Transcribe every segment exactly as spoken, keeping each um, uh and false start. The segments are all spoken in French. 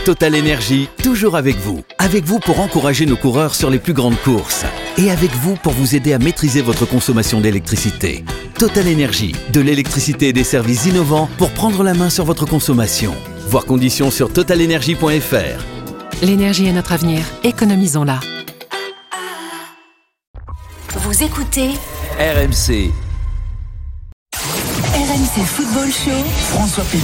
Total Énergie, toujours avec vous. Avec vous pour encourager nos coureurs sur les plus grandes courses. Et avec vous pour vous aider à maîtriser votre consommation d'électricité. Total Énergie, de l'électricité et des services innovants pour prendre la main sur votre consommation. Voir conditions sur total énergie point f r. L'énergie est notre avenir, économisons-la. Vous écoutez R M C. R M C Football Show. François Pignet.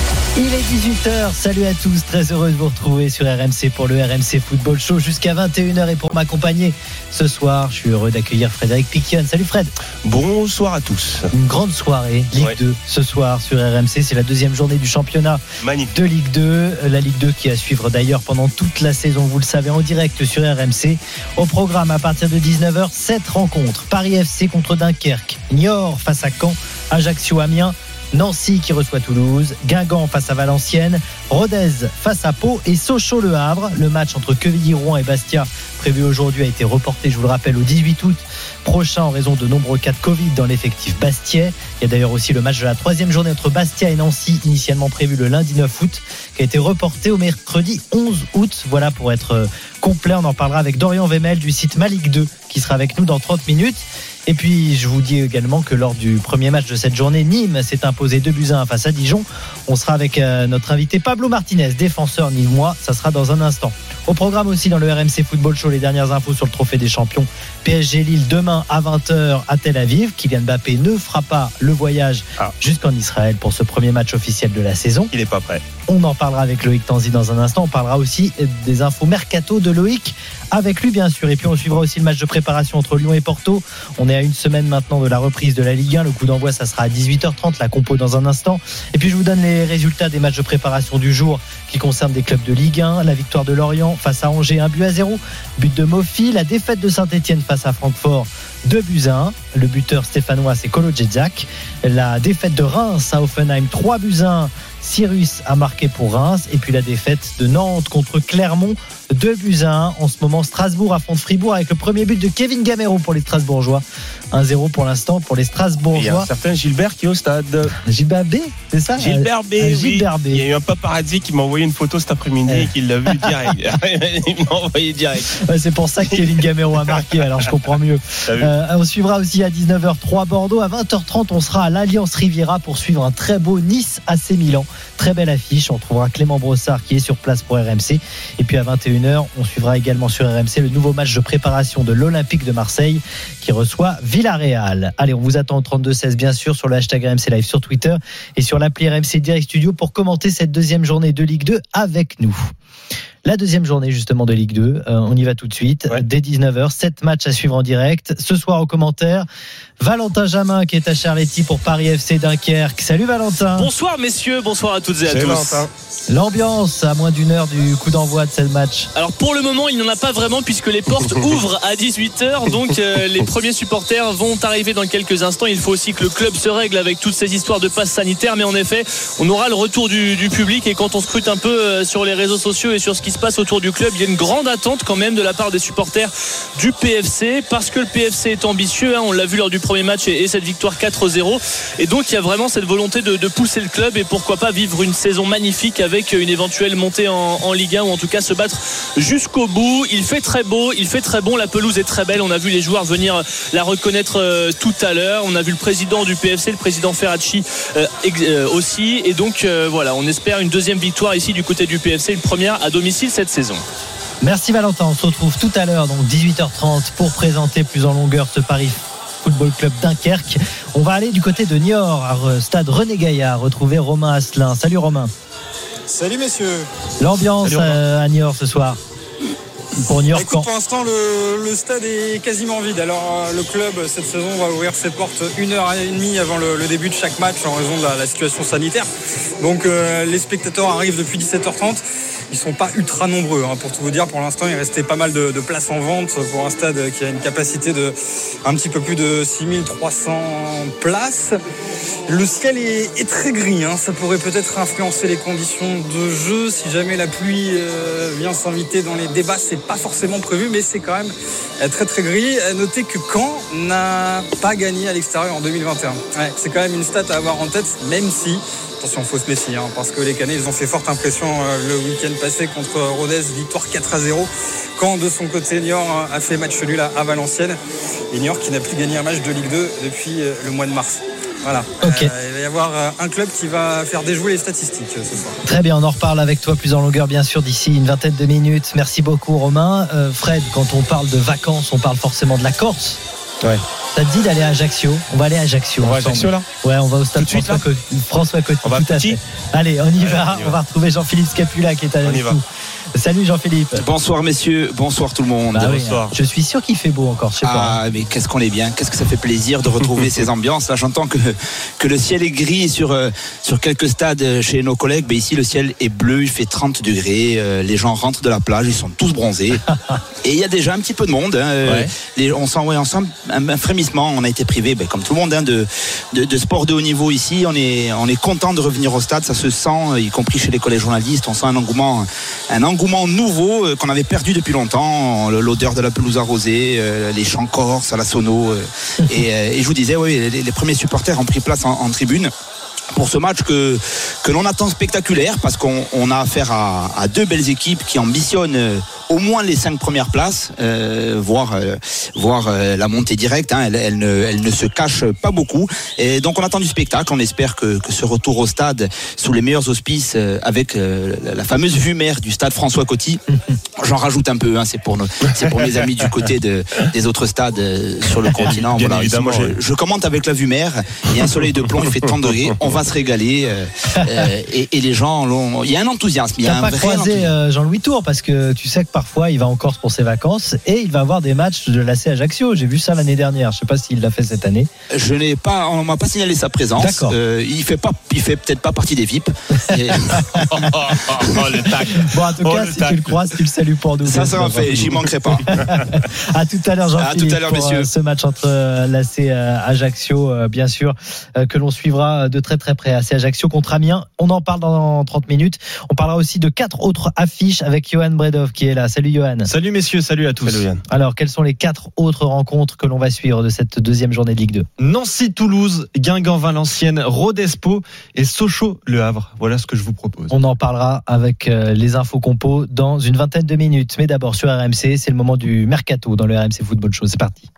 Il est dix-huit heures, salut à tous, très heureux de vous retrouver sur R M C pour le R M C Football Show jusqu'à vingt et une heures et pour m'accompagner ce soir, je suis heureux d'accueillir Frédéric Piquion. Salut Fred. Bonsoir à tous. Une grande soirée, Ligue ouais. deux ce soir sur R M C, c'est la deuxième journée du championnat Magnifique. de Ligue deux, la Ligue deux qui est à suivre d'ailleurs pendant toute la saison, vous le savez, en direct sur R M C. Au programme à partir de dix-neuf heures, sept rencontres, Paris F C contre Dunkerque, Niort face à Caen, Ajaccio Amiens, Nancy qui reçoit Toulouse, Guingamp face à Valenciennes, Rodez face à Pau et Sochaux-Le Havre. Le match entre Quevilly-Rouen et Bastia prévu aujourd'hui a été reporté, je vous le rappelle, au dix-huit août prochain en raison de nombreux cas de Covid dans l'effectif bastia. Il y a d'ailleurs aussi le match de la troisième journée entre Bastia et Nancy, initialement prévu le lundi neuf août, qui a été reporté au mercredi onze août. Voilà pour être complet, on en parlera avec Dorian Wemmel du site Malick deux qui sera avec nous dans trente minutes. Et puis je vous dis également que lors du premier match de cette journée, Nîmes s'est imposé deux buts à un face à Dijon. On sera avec euh, notre invité Pablo Martinez, défenseur nîmois, ça sera dans un instant. Au programme aussi dans le R M C Football Show, les dernières infos sur le trophée des champions. P S G Lille demain à vingt heures à Tel Aviv. Kylian Mbappé ne fera pas le voyage ah. jusqu'en Israël pour ce premier match officiel de la saison. Il n'est pas prêt. On en parlera avec Loïc Tanzi dans un instant. On parlera aussi des infos mercato de Loïc avec lui bien sûr. Et puis on suivra aussi le match de préparation entre Lyon et Porto. On est à une semaine maintenant de la reprise de la Ligue un. Le coup d'envoi ça sera à dix-huit heures trente, la compo dans un instant. Et puis je vous donne les résultats des matchs de préparation du jour qui concernent des clubs de Ligue un. La victoire de Lorient face à Angers, un but à zéro. But de Mofi. La défaite de Saint-Etienne face à Francfort, deux buts à un. Le buteur stéphanois c'est Kolo Djedzak. La défaite de Reims à Offenheim, trois buts à un. Cyrus a marqué pour Reims. Et puis la défaite de Nantes contre Clermont, deux buts à un. En ce moment, Strasbourg affronte Fribourg avec le premier but de Kevin Gamero pour les Strasbourgeois. un zéro pour l'instant pour les Strasbourgeois. Il y a un certain Gilbert qui est au stade. Gilbert B, c'est ça? Gilbert B, euh, oui. Gilbert B. Il y a eu un paparazzi qui m'a envoyé une photo cet après-midi euh. et qui l'a vu direct. Il m'a envoyé direct. Ouais, c'est pour ça que Kevin Gamero a marqué, alors je comprends mieux. Euh, on suivra aussi à dix-neuf heures trois Bordeaux. À vingt heures trente, on sera à l'Alliance Riviera pour suivre un très beau Nice A C Milan. Très belle affiche. On trouvera Clément Brossard qui est sur place pour R M C. Et puis à vingt et une heures, on suivra également sur R M C le nouveau match de préparation de l'Olympique de Marseille qui reçoit Villarreal. Allez, on vous attend au trente-deux seize bien sûr sur le hashtag R M C Live sur Twitter et sur l'appli R M C Direct Studio pour commenter cette deuxième journée de Ligue deux avec nous. La deuxième journée justement de Ligue deux, euh, on y va tout de suite, ouais. Dès dix-neuf heures, sept matchs à suivre en direct. Ce soir au commentaire, Valentin Jamin qui est à Charletti pour Paris F C Dunkerque. Salut Valentin. Bonsoir messieurs, bonsoir à toutes et à Salut tous. Valentin. L'ambiance à moins d'une heure du coup d'envoi de ce match. Alors pour le moment il n'y en a pas vraiment puisque les portes ouvrent à dix-huit heures. Donc euh, les premiers supporters vont arriver dans quelques instants. Il faut aussi que le club se règle avec toutes ces histoires de passe sanitaire. Mais en effet on aura le retour du, du public. Et quand on scrute un peu euh, sur les réseaux sociaux et sur ce qui se passe autour du club, il y a une grande attente quand même de la part des supporters du P F C. Parce que le P F C est ambitieux, hein, on l'a vu lors du premier match et, et cette victoire quatre zéro. Et donc il y a vraiment cette volonté de, de pousser le club. Et pourquoi pas vivre une saison magnifique avec une éventuelle montée en, en Ligue un ou en tout cas se battre jusqu'au bout. Il fait très beau, il fait très bon, la pelouse est très belle. On a vu les joueurs venir la reconnaître euh, tout à l'heure. On a vu le président du P F C, le président Ferracci euh, euh, aussi. Et donc euh, voilà, on espère une deuxième victoire ici du côté du P F C, une première à domicile cette saison. Merci Valentin, on se retrouve tout à l'heure donc dix-huit heures trente pour présenter plus en longueur ce Paris Football Club Dunkerque. On va aller du côté de Niort, à stade René Gaillard, retrouver Romain Asselin. Salut Romain. Salut messieurs. L'ambiance Salut, euh, à Niort ce soir pour Niort. Écoute, pour l'instant le, le stade est quasiment vide. Alors le club cette saison va ouvrir ses portes une heure et demie avant le, le début de chaque match en raison de la, la situation sanitaire. Donc euh, les spectateurs arrivent depuis dix-sept heures trente. Ils ne sont pas ultra nombreux, hein, pour tout vous dire. Pour l'instant, il restait pas mal de, de places en vente pour un stade qui a une capacité de un petit peu plus de six mille trois cents places. Le ciel est, est très gris, hein. Ça pourrait peut-être influencer les conditions de jeu. Si jamais la pluie euh, vient s'inviter dans les débats, c'est pas forcément prévu, mais c'est quand même très très gris. Notez que Caen n'a pas gagné à l'extérieur en deux mille vingt et un. Ouais, c'est quand même une stat à avoir en tête, même si, attention, fausse messie, hein, parce que les Canets, ils ont fait forte impression euh, le week-end passé contre Rodez, victoire quatre à zéro. Caen, de son côté, Niort a fait match nul à, à Valenciennes. Et Niort qui n'a plus gagné un match de Ligue deux depuis euh, le mois de mars. Voilà. Okay. Euh, il va y avoir un club qui va faire déjouer les statistiques ce soir. Très bien, on en reparle avec toi plus en longueur, bien sûr, d'ici une vingtaine de minutes. Merci beaucoup, Romain. Euh, Fred, quand on parle de vacances, on parle forcément de la Corse. Ouais. Ça te dit d'aller à Ajaccio? On va aller à Ajaccio. On va à ensemble. Ajaccio là? Ouais, on va au stade Tout de François, suite, Co- François Coty. On va tout à petit. fait. Allez, on y, Allez, va. on y on va va. retrouver Jean-Philippe Scapula qui est avec On y va. nous. Salut Jean-Philippe. Bonsoir messieurs, bonsoir tout le monde. Bah oui, bonsoir. je suis sûr qu'il fait beau encore, je sais pas. Ah mais qu'est-ce qu'on est bien, qu'est-ce que ça fait plaisir de retrouver ces ambiances. Là j'entends que, que le ciel est gris sur, euh, sur quelques stades chez nos collègues. Mais ici le ciel est bleu, il fait trente degrés. Euh, les gens rentrent de la plage, ils sont tous bronzés. Et il y a déjà un petit peu de monde. Hein. Ouais. Les, on sent ouais, ensemble un, un frémissement. On a été privé, ben, comme tout le monde, hein, de, de, de sport de haut niveau ici. On est, on est content de revenir au stade. Ça se sent, y compris chez les collègues journalistes. On sent un engouement, un engouement nouveau euh, qu'on avait perdu depuis longtemps. L'odeur de la pelouse arrosée, euh, les chants corses à la sono. Euh, et, euh, et je vous disais, oui, les, les premiers supporters ont pris place en, en tribune pour ce match que, que l'on attend spectaculaire, parce qu'on on a affaire à, à deux belles équipes qui ambitionnent euh, au moins les cinq premières places, euh, voire, euh, voire euh, la montée directe. Hein, elle, elle, ne, elle ne se cache pas beaucoup. Et donc on attend du spectacle. On espère que, que ce retour au stade sous les meilleurs auspices, euh, avec euh, la fameuse vue mer du stade François Coty. J'en rajoute un peu. Hein, c'est pour nos, c'est pour mes amis du côté de, des autres stades euh, sur le continent. Bien voilà, évidemment, ici, moi, ouais. je, je commente avec la vue mer. Il y a un soleil de plomb. Il fait trente degrés. On va se régaler euh, euh, et, et les gens l'ont... il y a un enthousiasme, il y a T'as un pas vrai croisé enthousiasme. euh, Jean-Louis Tour, parce que tu sais que parfois il va en Corse pour ses vacances et il va avoir des matchs de l'A C Ajaccio. J'ai vu ça l'année dernière. Je sais pas s'il l'a fait cette année. Je n'ai pas, on m'a pas signalé sa présence. D'accord. Euh, il fait pas, il fait peut-être pas partie des V I P. Et Oh, le tac. Bon, en tout Oh, cas, le si tac. tu le croises, tu le salues pour nous. ça sera fait, j'y manquerai pas. À tout à l'heure, Jean-Philippe. À tout à l'heure, pour, messieurs. euh, ce match entre euh, l'A C euh, Ajaccio, euh, bien sûr, euh, que l'on suivra de très très près. A C Ajaccio contre Amiens. On en parle dans trente minutes. On parlera aussi de quatre autres affiches avec Johan Bredov qui est là. Salut Johan. Salut messieurs, salut à tous. Salut Yann. Alors, quelles sont les quatre autres rencontres que l'on va suivre de cette deuxième journée de Ligue deux? Nancy-Toulouse, Guingamp-Valenciennes, Rodez-Pau et Sochaux-Le Havre. Voilà ce que je vous propose. On en parlera avec euh, les infos compos dans une vingtaine de minutes. Mais d'abord sur R M C, c'est le moment du Mercato dans le R M C Football Show. C'est parti.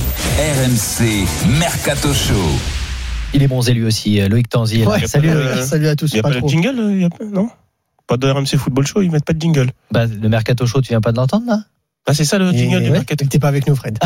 R M C Mercato Show. Il est bronzé lui aussi, euh, Loïc Tanzi. est là. Ouais, Salut pas de- Loïc. Salut à tous. Il n'y a pas pas de trop. jingle, il y a pas, non? Pas de R M C Football Show, ils mettent pas de jingle. Bah, le Mercato Show, tu viens pas de l'entendre là? Ah, c'est ça le jingle Et du ouais, Mercato. t'es pas avec nous, Fred.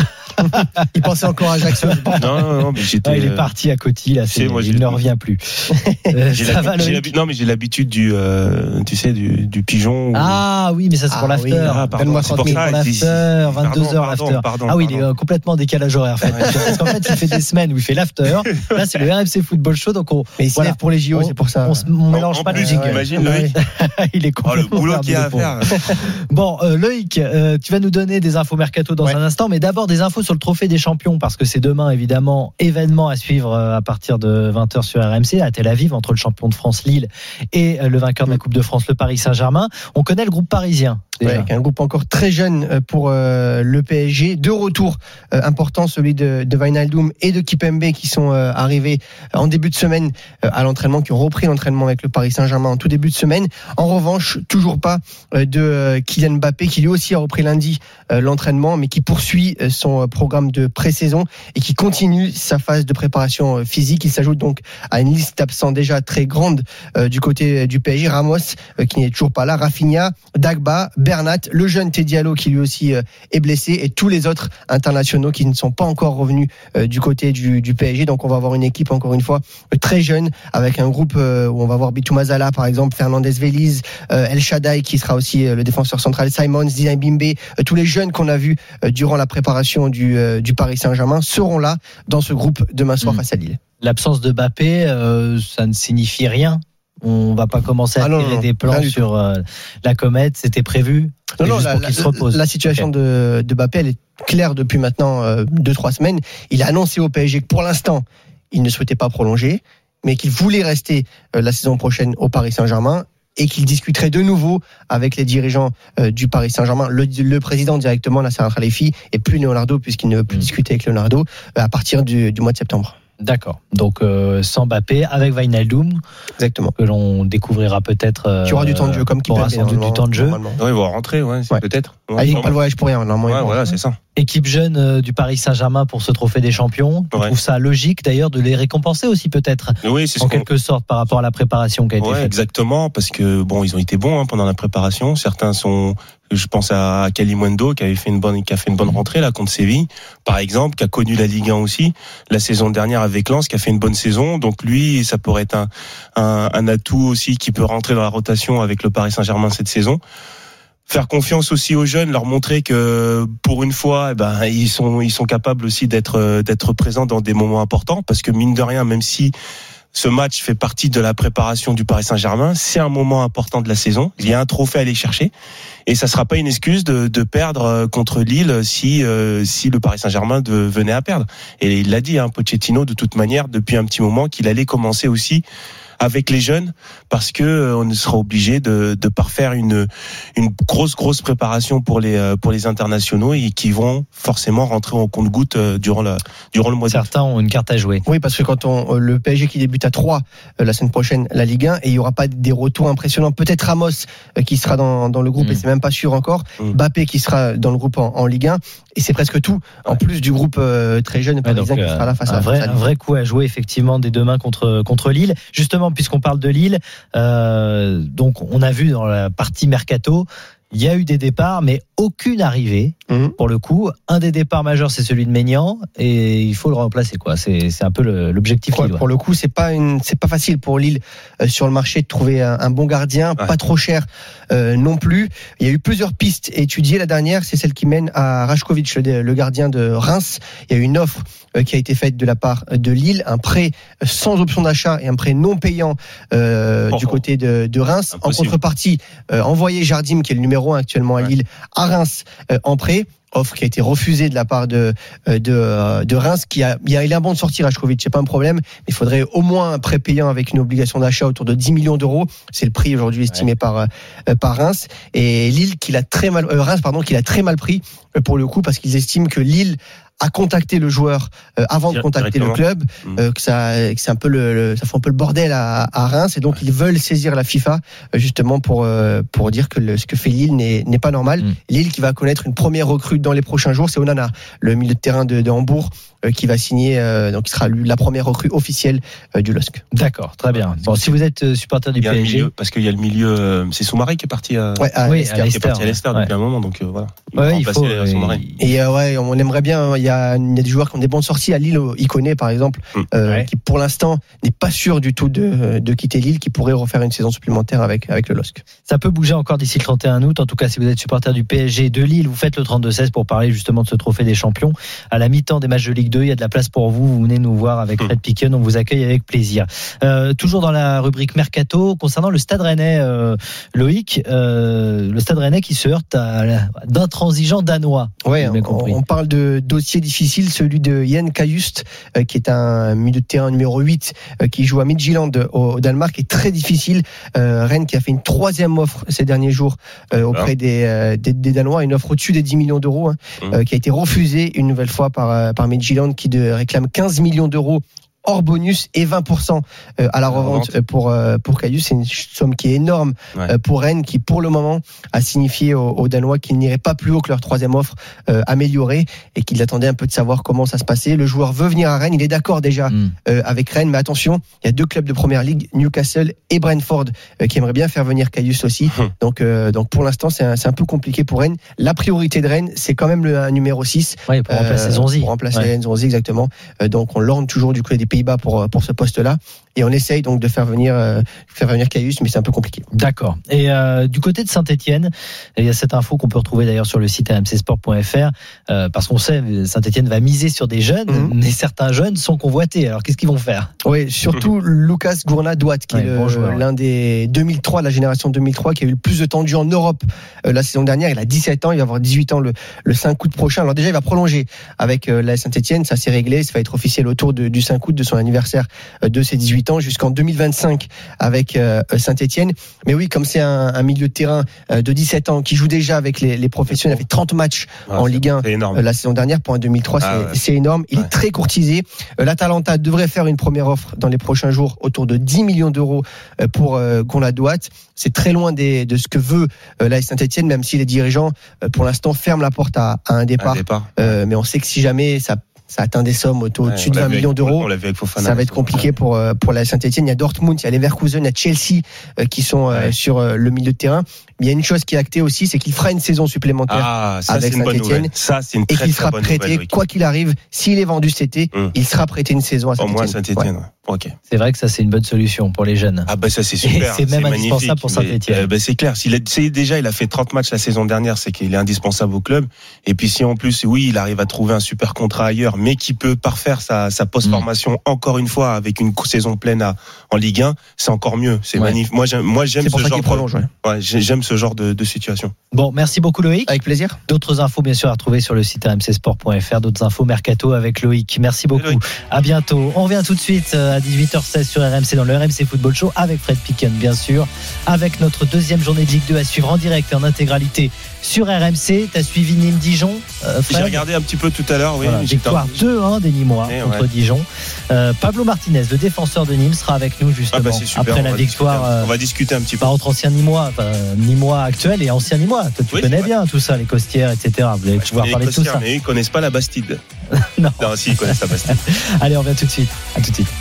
Il pensait encore à Ajaccio. Non, non, non, mais j'étais. Ah, il est euh, parti à Coty, là, c'est, sais, moi, il j'ai- ne revient plus. Euh, J'ai ça l'habi- va, j'ai Loïc? l'habi- non, mais j'ai l'habitude du, euh, tu sais, du, du pigeon. ou- Ah oui, mais ça c'est Ah pour l'after. oui, Ah, pardon, Donne-moi c'est trente pour mille ça. Pour si, si. l'after, vingt-deux heures Pardon, l'after. pardon, Ah oui, il pardon. est euh, complètement décalage horaire. En fait. Parce qu'en fait, il fait des semaines où il fait l'after. Là, c'est le R M C Football Show, donc on, Mais il se Voilà. lève pour les J O, On- c'est pour ça. on, se- on mélange En pas plus, les jingles. imagine, Ouais. Loïc. Il est Oh, le complètement boulot perdu, qu'il y a le à pauvre. faire. Bon, euh, Loïc, euh, tu vas nous donner des infos mercato dans Ouais. un instant, mais d'abord des infos sur le trophée des champions, parce que c'est demain, évidemment, événement à suivre euh, à partir de vingt heures sur R M C, à Tel Aviv, entre le champion de France Lille et euh, le vainqueur de la Coupe de France, le Paris Saint-Germain. On connaît le groupe parisien. Ouais, déjà. avec un groupe encore très jeune euh, pour euh, le P S G. Deux retours euh, importants, celui de, de Wijnaldum et de Kipembe, qui sont euh, arrivés en début de semaine euh, à l'entraînement, qui ont repris l'entraînement avec le Paris Saint-Germain en tout début de semaine. En revanche, toujours pas euh, de euh, Kylian Mbappé, qui lui aussi a repris lundi euh, l'entraînement, mais qui poursuit euh, son euh, programme de pré-saison et qui continue sa phase de préparation euh, physique. Il s'ajoute donc à une liste d'absents déjà très grande euh, du côté euh, du P S G. Ramos, euh, qui n'est toujours pas là, Rafinha, Dagba, Bernat, le jeune Teddy Diallo qui lui aussi euh, est blessé, et tous les autres internationaux qui ne sont pas encore revenus euh, du côté du, du P S G. Donc on va avoir une équipe encore une fois euh, très jeune, avec un groupe euh, où on va voir Bitou Mazala par exemple, Fernandez Veliz, euh, El Shaddai qui sera aussi euh, le défenseur central, Simons, Dina Bimbe, euh, tous les jeunes qu'on a vus euh, durant la préparation du, euh, du Paris Saint-Germain seront là dans ce groupe demain soir Mmh. face à Lille. L'absence de Mbappé, euh, ça ne signifie rien. On va pas commencer à Ah non, tirer non, des plans rien du sur euh, la comète. C'était prévu. Non, C'est non, juste la, pour qu'il se la- repose. la situation Ok. de, de Mbappé, elle est claire depuis maintenant euh, deux, trois semaines. Il a annoncé au P S G que pour l'instant, il ne souhaitait pas prolonger, mais qu'il voulait rester euh, la saison prochaine au Paris Saint-Germain. et qu'il discuterait de nouveau avec les dirigeants euh, du Paris Saint-Germain, le, le président directement, Nasser Al-Khelaifi, et plus Leonardo, puisqu'il ne veut plus mmh. discuter avec Leonardo, euh, à partir du, du mois de septembre. D'accord. Donc euh, sans Mbappé, avec Wijnaldum, exactement, que l'on découvrira peut-être. Euh, qui aura du temps de jeu, comme qui aura sans doute du temps de jeu. Oui, il va rentrer, ouais, c'est ouais. peut-être. Ouais. Ah, il n'y a pas le voyage pour rien, normalement. Ouais, voilà, c'est ça. Équipe jeune euh, du Paris Saint-Germain pour ce trophée des champions. Je ouais. trouve ça logique d'ailleurs de les récompenser aussi peut-être. Oui, c'est en quelque sorte par rapport à la préparation qui a été ouais, faite. Exactement, parce que bon, ils ont été bons hein, pendant la préparation. Certains sont, je pense à Kalimundo qui avait fait une bonne, qui a fait une bonne rentrée là contre Séville, par exemple, qui a connu la Ligue un aussi la saison dernière avec Lens, qui a fait une bonne saison. Donc lui, ça pourrait être un, un, un atout aussi qui peut rentrer dans la rotation avec le Paris Saint-Germain cette saison. Faire confiance aussi aux jeunes, leur montrer que pour une fois, eh ben ils sont ils sont capables aussi d'être d'être présents dans des moments importants, parce que mine de rien, même si ce match fait partie de la préparation du Paris Saint-Germain, c'est un moment important de la saison. Il y a un trophée à aller chercher et ça sera pas une excuse de, de perdre contre Lille si euh, si le Paris Saint-Germain de, venait à perdre. Et il l'a dit, hein, Pochettino, de toute manière, depuis un petit moment, qu'il allait commencer aussi avec les jeunes, parce que euh, on sera obligé de, de parfaire une une grosse grosse préparation pour les pour les internationaux et qui vont forcément rentrer en compte-gouttes euh, durant la durant le mois. Certains ont une carte à jouer. Oui, parce que quand on le P S G qui débute à trois euh, la semaine prochaine la Ligue un, et il y aura pas des retours impressionnants. Peut-être Ramos euh, qui sera dans dans le groupe mmh. et c'est même pas sûr encore. Mmh. Mbappé qui sera dans le groupe en, en Ligue un, et c'est presque tout. En ouais. plus du groupe euh, très jeune parisien ouais, qui sera là face un à vrai, face à un vrai coup à jouer effectivement dès demain contre contre Lille. Justement, puisqu'on parle de Lille, euh, donc on a vu dans la partie mercato, il y a eu des départs, mais aucune arrivée. Mmh. Pour le coup, un des départs majeurs, c'est celui de Maignan, et il faut le remplacer, quoi. C'est, c'est un peu le, l'objectif. Ouais, pour le coup, c'est pas une, c'est pas facile pour Lille euh, sur le marché de trouver un, un bon gardien, ouais. pas trop cher euh, non plus. Il y a eu plusieurs pistes étudiées. La dernière, c'est celle qui mène à Rajkovic, le, le gardien de Reims. Il y a eu une offre euh, qui a été faite de la part de Lille, un prêt sans option d'achat et un prêt non payant euh, oh, du côté de, de Reims. Impossible. En contrepartie, euh, envoyer Jardim, qui est le numéro un actuellement à ouais. Lille, à Reims euh, en prêt. Offre qui a été refusée de la part de de, de Reims, qui a, il a, il a un bon de sortir Rajkovic, c'est pas un problème, mais il faudrait au moins un prêt payant avec une obligation d'achat autour de dix millions d'euros. C'est le prix aujourd'hui estimé ouais. par euh, par Reims, et Lille qui l'a très mal euh, Reims pardon qui l'a très mal pris euh, pour le coup, parce qu'ils estiment que Lille a contacté le joueur euh, avant de contacter le club, euh, que ça que c'est un peu le, le ça fait un peu le bordel à, à Reims, et donc ils veulent saisir la FIFA euh, justement pour euh, pour dire que le, ce que fait Lille n'est n'est pas normal. Mm. Lille qui va connaître une première recrue dans les prochains jours, c'est Onana, le milieu de terrain de, de Hambourg, euh, qui va signer, euh, donc il sera la première recrue officielle euh, du L O S C. D'accord, très bien. Bon, si vous êtes supporter du P S G, milieu, parce qu'il y a le milieu, euh, c'est Soumaré qui est parti à, ouais, à oui, Leicester, à Leicester, qui est parti à Leicester ouais. depuis un moment, donc euh, voilà. Il, ouais, il faut. Euh, et euh, ouais, on aimerait bien. Il y a, il y a des joueurs qui ont des bonnes sorties à Lille, Iconé par exemple, mmh. euh, ouais. qui pour l'instant n'est pas sûr du tout de, de quitter Lille, qui pourrait refaire une saison supplémentaire avec avec le L O S C. Ça peut bouger encore d'ici le trente et un août. En tout cas, si vous êtes supporter du P S G de Lille, vous faites le trente-deux seize pour parler justement de ce trophée des champions. À la mi-temps des matchs de Ligue deux, il y a de la place pour vous. Vous venez nous voir avec Fred Piquen, on vous accueille avec plaisir. Euh, toujours dans la rubrique Mercato, concernant le Stade Rennais, euh, Loïc, euh, le Stade Rennais qui se heurte à d'intransigeants danois. Ouais, on, on parle de dossier difficile, celui de Jan Kajust, euh, qui est un milieu de terrain numéro huit, euh, qui joue à Midtjylland au, au Danemark, est très difficile. Euh, Rennes qui a fait une troisième offre ces derniers jours euh, auprès ah. des, euh, des, des Danois, une offre au-dessus des dix millions d'euros, hein, mmh. euh, qui a été refusée une nouvelle fois par, par Midtjylland, qui de, réclame quinze millions d'euros hors bonus et vingt pour cent à la revente pour pour Kajus. C'est une somme qui est énorme ouais. pour Rennes, qui pour le moment a signifié aux, aux Danois qu'ils n'iraient pas plus haut que leur troisième offre euh, améliorée, et qu'ils attendaient un peu de savoir comment ça se passait. Le joueur veut venir à Rennes, il est d'accord déjà mm. euh, avec Rennes, mais attention, il y a deux clubs de première ligue, Newcastle et Brentford, euh, qui aimeraient bien faire venir Kajus aussi. Mm. Donc euh, donc pour l'instant c'est un, c'est un peu compliqué pour Rennes. La priorité de Rennes, c'est quand même le un numéro six, ouais, pour remplacer Zonzi. Pour remplacer ouais. Zonzi, exactement. Euh, donc on lorne toujours du côté des Pays-Bas pour pour ce poste-là, et on essaye donc de faire venir euh, faire venir Kajus, mais c'est un peu compliqué. D'accord. Et euh, du côté de Saint-Etienne, il y a cette info qu'on peut retrouver d'ailleurs sur le site r m c sport point f r, euh, parce qu'on sait Saint-Etienne va miser sur des jeunes, mmh. mais certains jeunes sont convoités. Alors qu'est-ce qu'ils vont faire? Oui, surtout Lucas Gourna-Douat, qui ouais, est le, bon joueur, l'un ouais. des deux mille trois, la génération deux mille trois, qui a eu le plus de temps de jeu en Europe euh, la saison dernière. Il a dix-sept ans, il va avoir dix-huit ans le, le cinq août prochain. Alors déjà, il va prolonger avec euh, la Saint-Etienne, ça s'est réglé, ça va être officiel autour de, du cinq août de son anniversaire de ses dix-huit ans jusqu'en deux mille vingt-cinq avec Saint-Etienne. Mais oui, comme c'est un, un milieu de terrain de dix-sept ans qui joue déjà avec les, les professionnels, il a fait trente matchs ah, en Ligue un la saison dernière pour un deux mille trois, ah, c'est, ouais. c'est énorme. Il ouais. est très courtisé. L'Atalanta devrait faire une première offre dans les prochains jours autour de dix millions d'euros pour Gonla Douat. C'est très loin des, de ce que veut l'A S Saint-Etienne, même si les dirigeants pour l'instant ferment la porte à, à un départ. Un départ. Euh, mais on sait que si jamais ça ça atteint des sommes autour, ouais, au-dessus de vingt millions d'euros. Ça va être compliqué pour, pour la Saint-Etienne. Il y a Dortmund, il y a Leverkusen, il y a Chelsea euh, qui sont euh, ouais. sur euh, le milieu de terrain. Mais il y a une chose qui est actée aussi, c'est qu'il fera une saison supplémentaire ah, ça, avec Saint-Etienne. Ça, c'est une très, et qu'il sera très bonne prêté, nouvelle, quoi qu'il arrive, s'il est vendu cet été, hum. il sera prêté une saison à Saint-Etienne. Au moins Saint-Etienne, ouais. Okay. C'est vrai que ça, c'est une bonne solution pour les jeunes. Ah, bah, ça, c'est super. Et c'est même c'est indispensable pour Saint-Etienne. Euh, bah, c'est clair. S'il a, c'est, déjà, il a fait trente matchs la saison dernière, c'est qu'il est indispensable au club. Et puis, si en plus, oui, il arrive à trouver un super contrat ailleurs, mais qui peut parfaire sa, sa post-formation mmh. encore une fois avec une saison pleine à, en Ligue un, c'est encore mieux. C'est ouais. magnifique. Moi, j'aime, moi, j'aime ce genre prolonge, de, ouais. Ouais, j'aime ce genre de, de situation. Bon, merci beaucoup, Loïc. Avec plaisir. D'autres infos, bien sûr, à retrouver sur le site r m c sport point f r. D'autres infos mercato avec Loïc. Merci beaucoup. Loïc. À bientôt. On revient tout de suite à dix-huit heures seize sur R M C dans le R M C Football Show avec Fred Picken, bien sûr, avec notre deuxième journée de Ligue deux à suivre en direct et en intégralité sur R M C. T'as suivi Nîmes Dijon, euh, J'ai regardé un petit peu tout à l'heure. Oui, voilà, victoire deux un des Nîmois et contre ouais. Dijon. Euh, Pablo Martinez, le défenseur de Nîmes, sera avec nous justement ah bah super, après la victoire. Discuter, on va discuter un petit peu. Entre anciens Nîmois, enfin, Nîmois actuels et anciens Nîmois. Toi, tu oui, connais bien tout ça, les Costières, et cetera. Vous allez ouais, pouvoir parler de tout ça. Mais eux, ils connaissent pas la Bastide. non. non, si, ils connaissent la Bastide. Allez, on revient tout de suite. À tout de suite.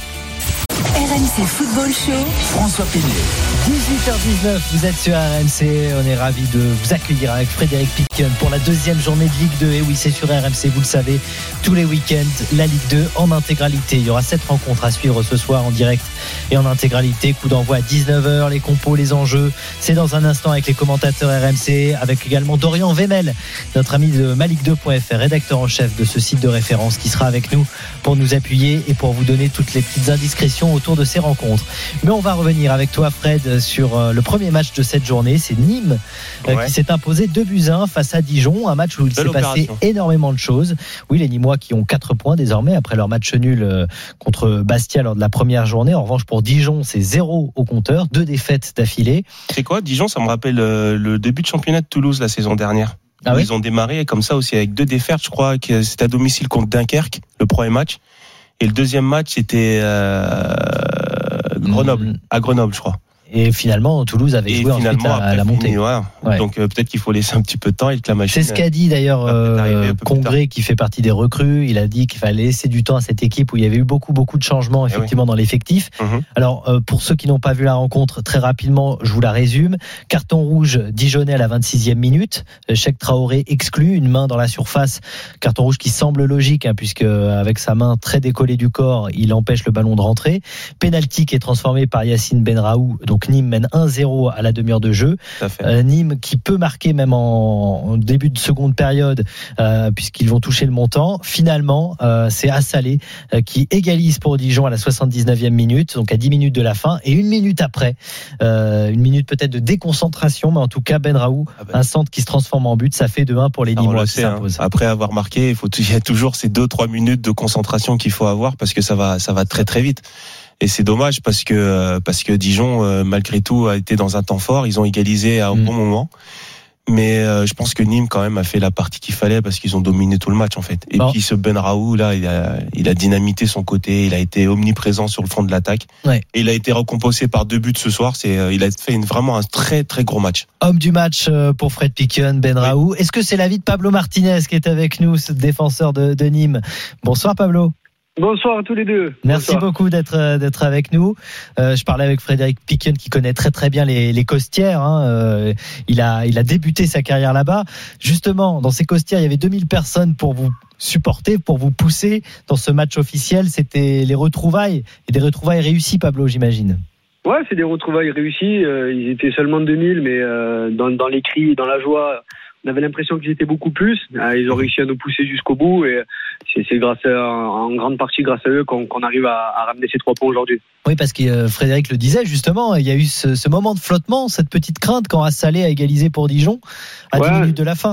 R M C Football Show, François Pinet. dix-huit heures dix-neuf, vous êtes sur R M C. On est ravis de vous accueillir avec Frédéric Picken pour la deuxième journée de Ligue deux. Et oui, c'est sur R M C, vous le savez, tous les week-ends, la Ligue deux en intégralité. Il y aura sept rencontres à suivre ce soir en direct et en intégralité. Coup d'envoi à dix-neuf heures, les compos, les enjeux. C'est dans un instant avec les commentateurs R M C, avec également Dorian Vemel, notre ami de ma ligue deux point f r, rédacteur en chef de ce site de référence, qui sera avec nous pour nous appuyer et pour vous donner toutes les petites indiscrétions autour de ces rencontres. Mais on va revenir avec toi, Fred, sur le premier match de cette journée. C'est Nîmes ouais. qui s'est imposé deux buts à un face à Dijon, un match où il Belle s'est opération. passé énormément de choses. Oui, les Nîmois qui ont quatre points désormais après leur match nul contre Bastia lors de la première journée. En revanche, pour Dijon, c'est zéro au compteur, deux défaites d'affilée. C'est quoi, Dijon? Ça me rappelle le début de championnat de Toulouse la saison dernière. Ah oui ils ont démarré comme ça aussi avec deux défaites, je crois que c'était à domicile contre Dunkerque, le premier match. Et le deuxième match, c'était euh, Grenoble, mmh. à Grenoble, je crois. Et finalement, Toulouse avait et joué ensuite à, à la montée. Fini, ouais. Ouais. Donc euh, peut-être qu'il faut laisser un petit peu de temps et que la machine. C'est ce qu'a dit d'ailleurs euh, Congré, qui fait partie des recrues. Il a dit qu'il fallait laisser du temps à cette équipe où il y avait eu beaucoup, beaucoup de changements effectivement oui. dans l'effectif. Mm-hmm. Alors euh, pour ceux qui n'ont pas vu la rencontre, très rapidement, je vous la résume. Carton rouge Dijonais à la vingt-sixième minute. Cheikh Traoré exclu, une main dans la surface. Carton rouge qui semble logique, hein, puisque avec sa main très décollée du corps, il empêche le ballon de rentrer. Penalty qui est transformé par Yacine Benraou. Donc Nîmes mène un zéro à la demi-heure de jeu. Euh, Nîmes qui peut marquer même en, en début de seconde période euh, puisqu'ils vont toucher le montant. Finalement, euh, c'est Assalé euh, qui égalise pour Dijon à la soixante-dix-neuvième minute, donc à dix minutes de la fin. Et une minute après, euh, une minute peut-être de déconcentration, mais en tout cas Benraou, ah ben. un centre qui se transforme en but, ça fait deux un pour les Nîmois qui s'imposent. Hein. Après avoir marqué, il faut il y a toujours ces deux trois minutes de concentration qu'il faut avoir parce que ça va ça va très très vite. Et c'est dommage parce que parce que Dijon malgré tout a été dans un temps fort, ils ont égalisé à un mmh. bon moment. Mais euh, je pense que Nîmes quand même a fait la partie qu'il fallait parce qu'ils ont dominé tout le match en fait. Et bon. puis ce Benraou là, il a il a dynamité son côté, il a été omniprésent sur le front de l'attaque. Ouais. Et il a été récompensé par deux buts ce soir. C'est il a fait une, vraiment un très très gros match. Homme du match pour Fred Picken, Benraou. Oui. Est-ce que c'est l'avis de Pablo Martinez qui est avec nous, ce défenseur de, de Nîmes? Bonsoir Pablo. Bonsoir à tous les deux. Merci Bonsoir. beaucoup d'être d'être avec nous. Euh, je parlais avec Frédéric Picken qui connaît très très bien les, les Costières. Hein. Euh, il a il a débuté sa carrière là-bas. Justement, dans ces Costières, il y avait deux mille personnes pour vous supporter, pour vous pousser dans ce match officiel. C'était les retrouvailles et des retrouvailles réussies, Pablo, j'imagine. Ouais, c'est des retrouvailles réussies. Euh, ils étaient seulement deux mille, mais euh, dans dans les cris, dans la joie. On avait l'impression qu'ils étaient beaucoup plus. Ils ont réussi à nous pousser jusqu'au bout et c'est, c'est grâce à, en grande partie grâce à eux qu'on, qu'on arrive à, à ramener ces trois points aujourd'hui. Oui, parce que euh, Frédéric le disait justement, il y a eu ce, ce moment de flottement, cette petite crainte quand Assalé a égalisé pour Dijon à ouais. dix minutes de la fin.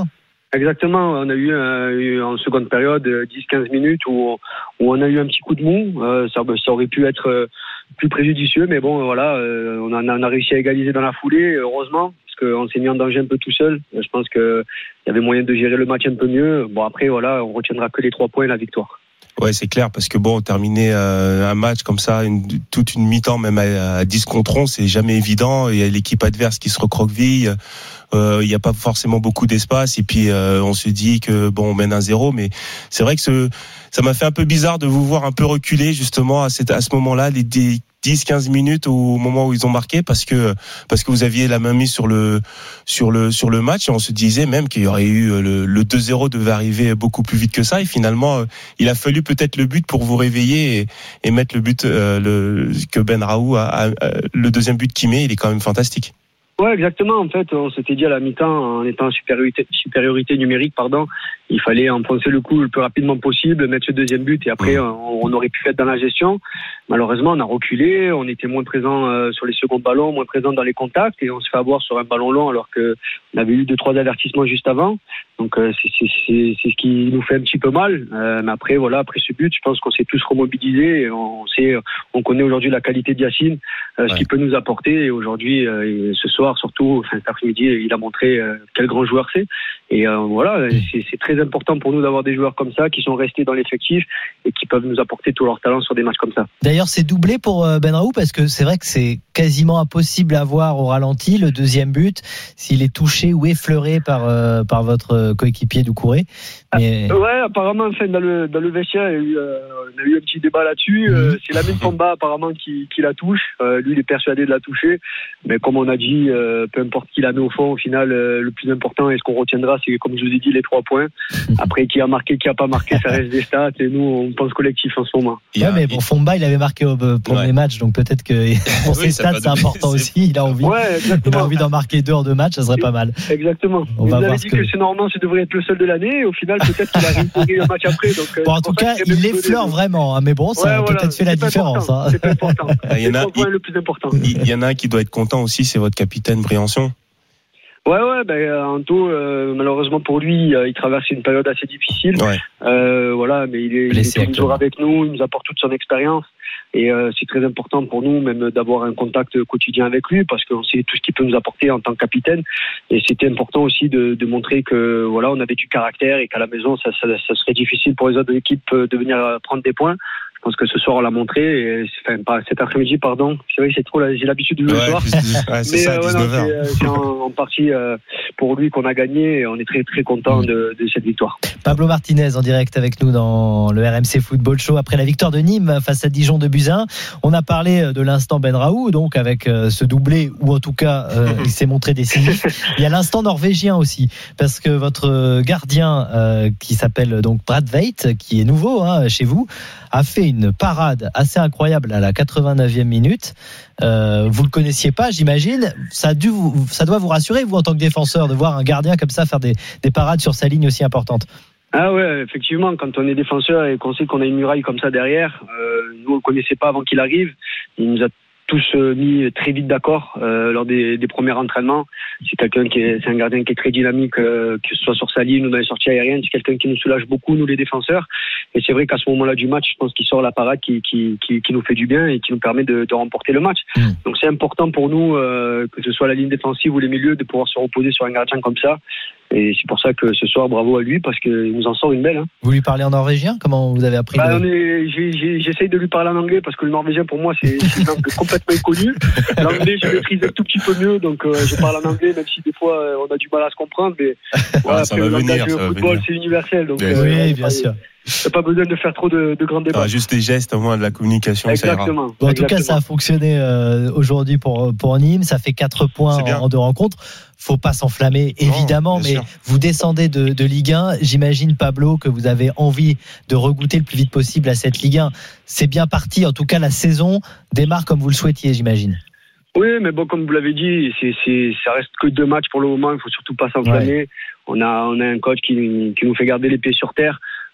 Exactement, on a eu, euh, en seconde période dix à quinze minutes où, où on a eu un petit coup de mou. Euh, ça, ça aurait pu être euh, plus préjudicieux, mais bon, voilà, euh, on, a, on a réussi à égaliser dans la foulée, heureusement, parce qu'on s'est mis en danger un peu tout seul. Je pense qu'il y avait moyen de gérer le match un peu mieux. Bon, après, voilà, on retiendra que les trois points et la victoire. Ouais, c'est clair, parce que bon, terminer euh, un match comme ça, une, toute une mi-temps, même à, à dix contre onze, c'est jamais évident. Il y a l'équipe adverse qui se recroqueville. Euh, il n'y a pas forcément beaucoup d'espace. Et puis, euh, on se dit que bon, on mène un zéro. Mais c'est vrai que ce, ça m'a fait un peu bizarre de vous voir un peu reculer, justement, à, cette, à ce moment-là, les dix quinze minutes au moment où ils ont marqué, parce que parce que vous aviez la main mise sur le sur le sur le match, et on se disait même qu'il y aurait eu le, le deux zéro devait arriver beaucoup plus vite que ça, et finalement il a fallu peut-être le but pour vous réveiller et, et mettre le but euh, le, que Benrahou a, a, a le deuxième but qu'il met, il est quand même fantastique. Ouais, exactement. En fait, on s'était dit à la mi-temps, en étant en supériorité, supériorité numérique, pardon, il fallait enfoncer le coup le plus rapidement possible, mettre ce deuxième but, et après, on, on aurait pu être dans la gestion. Malheureusement, on a reculé, on était moins présent euh, sur les seconds ballons, moins présent dans les contacts, et on se fait avoir sur un ballon long, alors que on avait eu deux, trois avertissements juste avant. Donc, euh, c'est, c'est, c'est, c'est ce qui nous fait un petit peu mal. Euh, mais après, voilà, après ce but, je pense qu'on s'est tous remobilisés, et on sait, on connaît aujourd'hui la qualité de Yacine, euh, ce ouais. qu'il peut nous apporter, et aujourd'hui, euh, et ce soir, surtout enfin, cet après-midi, il a montré euh, quel grand joueur c'est. Et euh, voilà, c'est, c'est très important pour nous d'avoir des joueurs comme ça qui sont restés dans l'effectif et qui peuvent nous apporter tout leur talent sur des matchs comme ça. D'ailleurs, c'est doublé pour Benrahou, parce que c'est vrai que c'est quasiment impossible à voir au ralenti le deuxième but s'il est touché ou effleuré par euh, par votre coéquipier Doucouré. Mais... Ah, ouais, apparemment, enfin, dans le dans le vestiaire, il y a eu, euh, on a eu un petit débat là-dessus. Mmh. Euh, c'est Lamine Famba apparemment qui qui la touche. Euh, lui, il est persuadé de la toucher, mais comme on a dit, euh, peu importe qui la met au fond, au final, euh, le plus important et ce qu'on retiendra, c'est comme je vous ai dit, les trois points. Après, qui a marqué, qui a pas marqué, ça reste des stats. Et nous, on pense collectif en ce moment. Ouais, mais bon, Famba, il avait marqué au premier ouais. match, donc peut-être que pour ses oui, stats, c'est important aussi. Il a envie, ouais, il a envie d'en marquer deux en deux matchs, ça serait pas mal. Exactement. On il va avait dit que, que c'est normalement, ça devrait être le seul de l'année. Et au final, peut-être qu'il a réussi le match après. Donc, bon, en tout cas, il l'effleure vraiment. Hein, mais bon, ça ouais, a voilà, peut-être fait la différence. Hein. C'est pas important. Il y en a, c'est le plus important. Il y en a un qui doit être content aussi, c'est votre capitaine Briançon. Ouais, ouais, ben, Anto, euh, malheureusement pour lui, euh, il traverse une période assez difficile. Ouais. Euh, voilà, mais il est, il est toujours avec nous, il nous apporte toute son expérience. Et euh, c'est très important pour nous, même d'avoir un contact quotidien avec lui, parce qu'on sait tout ce qu'il peut nous apporter en tant que capitaine. Et c'était important aussi de, de montrer que voilà, on avait du caractère et qu'à la maison, ça, ça, ça serait difficile pour les autres équipes de venir prendre des points. Je pense que ce soir on l'a montré, et enfin pas cet après-midi, pardon. C'est vrai que c'est trop, j'ai l'habitude de jouer ouais, le soir. Ouais, c'est mais ça, euh, ouais, non, c'est, c'est en, en partie euh, pour lui qu'on a gagné, et on est très très content de, de cette victoire. Pablo Martinez en direct avec nous dans le R M C Football Show après la victoire de Nîmes face à Dijon de buts à un. On a parlé de l'instant Benrahou, donc avec ce doublé, ou en tout cas euh, il s'est montré décisif. Il y a l'instant norvégien aussi, parce que votre gardien euh, qui s'appelle donc Brad Veit, qui est nouveau hein, chez vous, a fait une parade assez incroyable à la quatre-vingt-neuvième minute. Euh, vous le connaissiez pas, j'imagine. Ça a dû vous, ça doit vous rassurer, vous, en tant que défenseur, de voir un gardien comme ça faire des, des parades sur sa ligne aussi importante. Ah ouais, effectivement, quand on est défenseur et qu'on sait qu'on a une muraille comme ça derrière, euh, nous on le connaissait pas avant qu'il arrive. Il nous a tous mis très vite d'accord euh, lors des, des premiers entraînements. C'est quelqu'un qui est, c'est un gardien qui est très dynamique, euh, que ce soit sur sa ligne ou dans les sorties aériennes. C'est quelqu'un qui nous soulage beaucoup, nous les défenseurs. Et c'est vrai qu'à ce moment-là du match, je pense qu'il sort la parade qui, qui, qui, qui nous fait du bien et qui nous permet de, de remporter le match. Mmh. Donc c'est important pour nous, euh, que ce soit la ligne défensive ou les milieux, de pouvoir se reposer sur un gardien comme ça. Et c'est pour ça que ce soir, bravo à lui, parce qu'il nous en sort une belle. Hein. Vous lui parlez en norvégien ? Comment vous avez appris bah, le... on est, j'ai, j'ai, J'essaye de lui parler en anglais, parce que le norvégien, pour moi, c'est, c'est une langue complètement inconnue. L'anglais, je maîtrise un tout petit peu mieux, donc euh, je parle en anglais, même si des fois, euh, on a du mal à se comprendre. Mais ouais, ouais, ça va venir, le football, c'est universel. Donc, euh, oui, bien sûr. Il n'y a pas besoin de faire trop de, de grands débats. Ah, juste des gestes, au moins de la communication. Exactement. Ça ira. Bon, en Exactement. tout cas, ça a fonctionné euh, aujourd'hui pour, pour Nîmes. Ça fait quatre points en, en deux rencontres. Faut pas s'enflammer, évidemment, non, mais sûr. Vous descendez de, de Ligue un. J'imagine, Pablo, que vous avez envie de regoûter le plus vite possible à cette Ligue un. C'est bien parti. En tout cas, la saison démarre comme vous le souhaitiez, j'imagine. Oui, mais bon, comme vous l'avez dit, c'est, c'est, ça reste que deux matchs pour le moment. Il faut surtout pas s'enflammer. Ouais. On a, on a un coach qui, qui nous fait garder les pieds sur terre.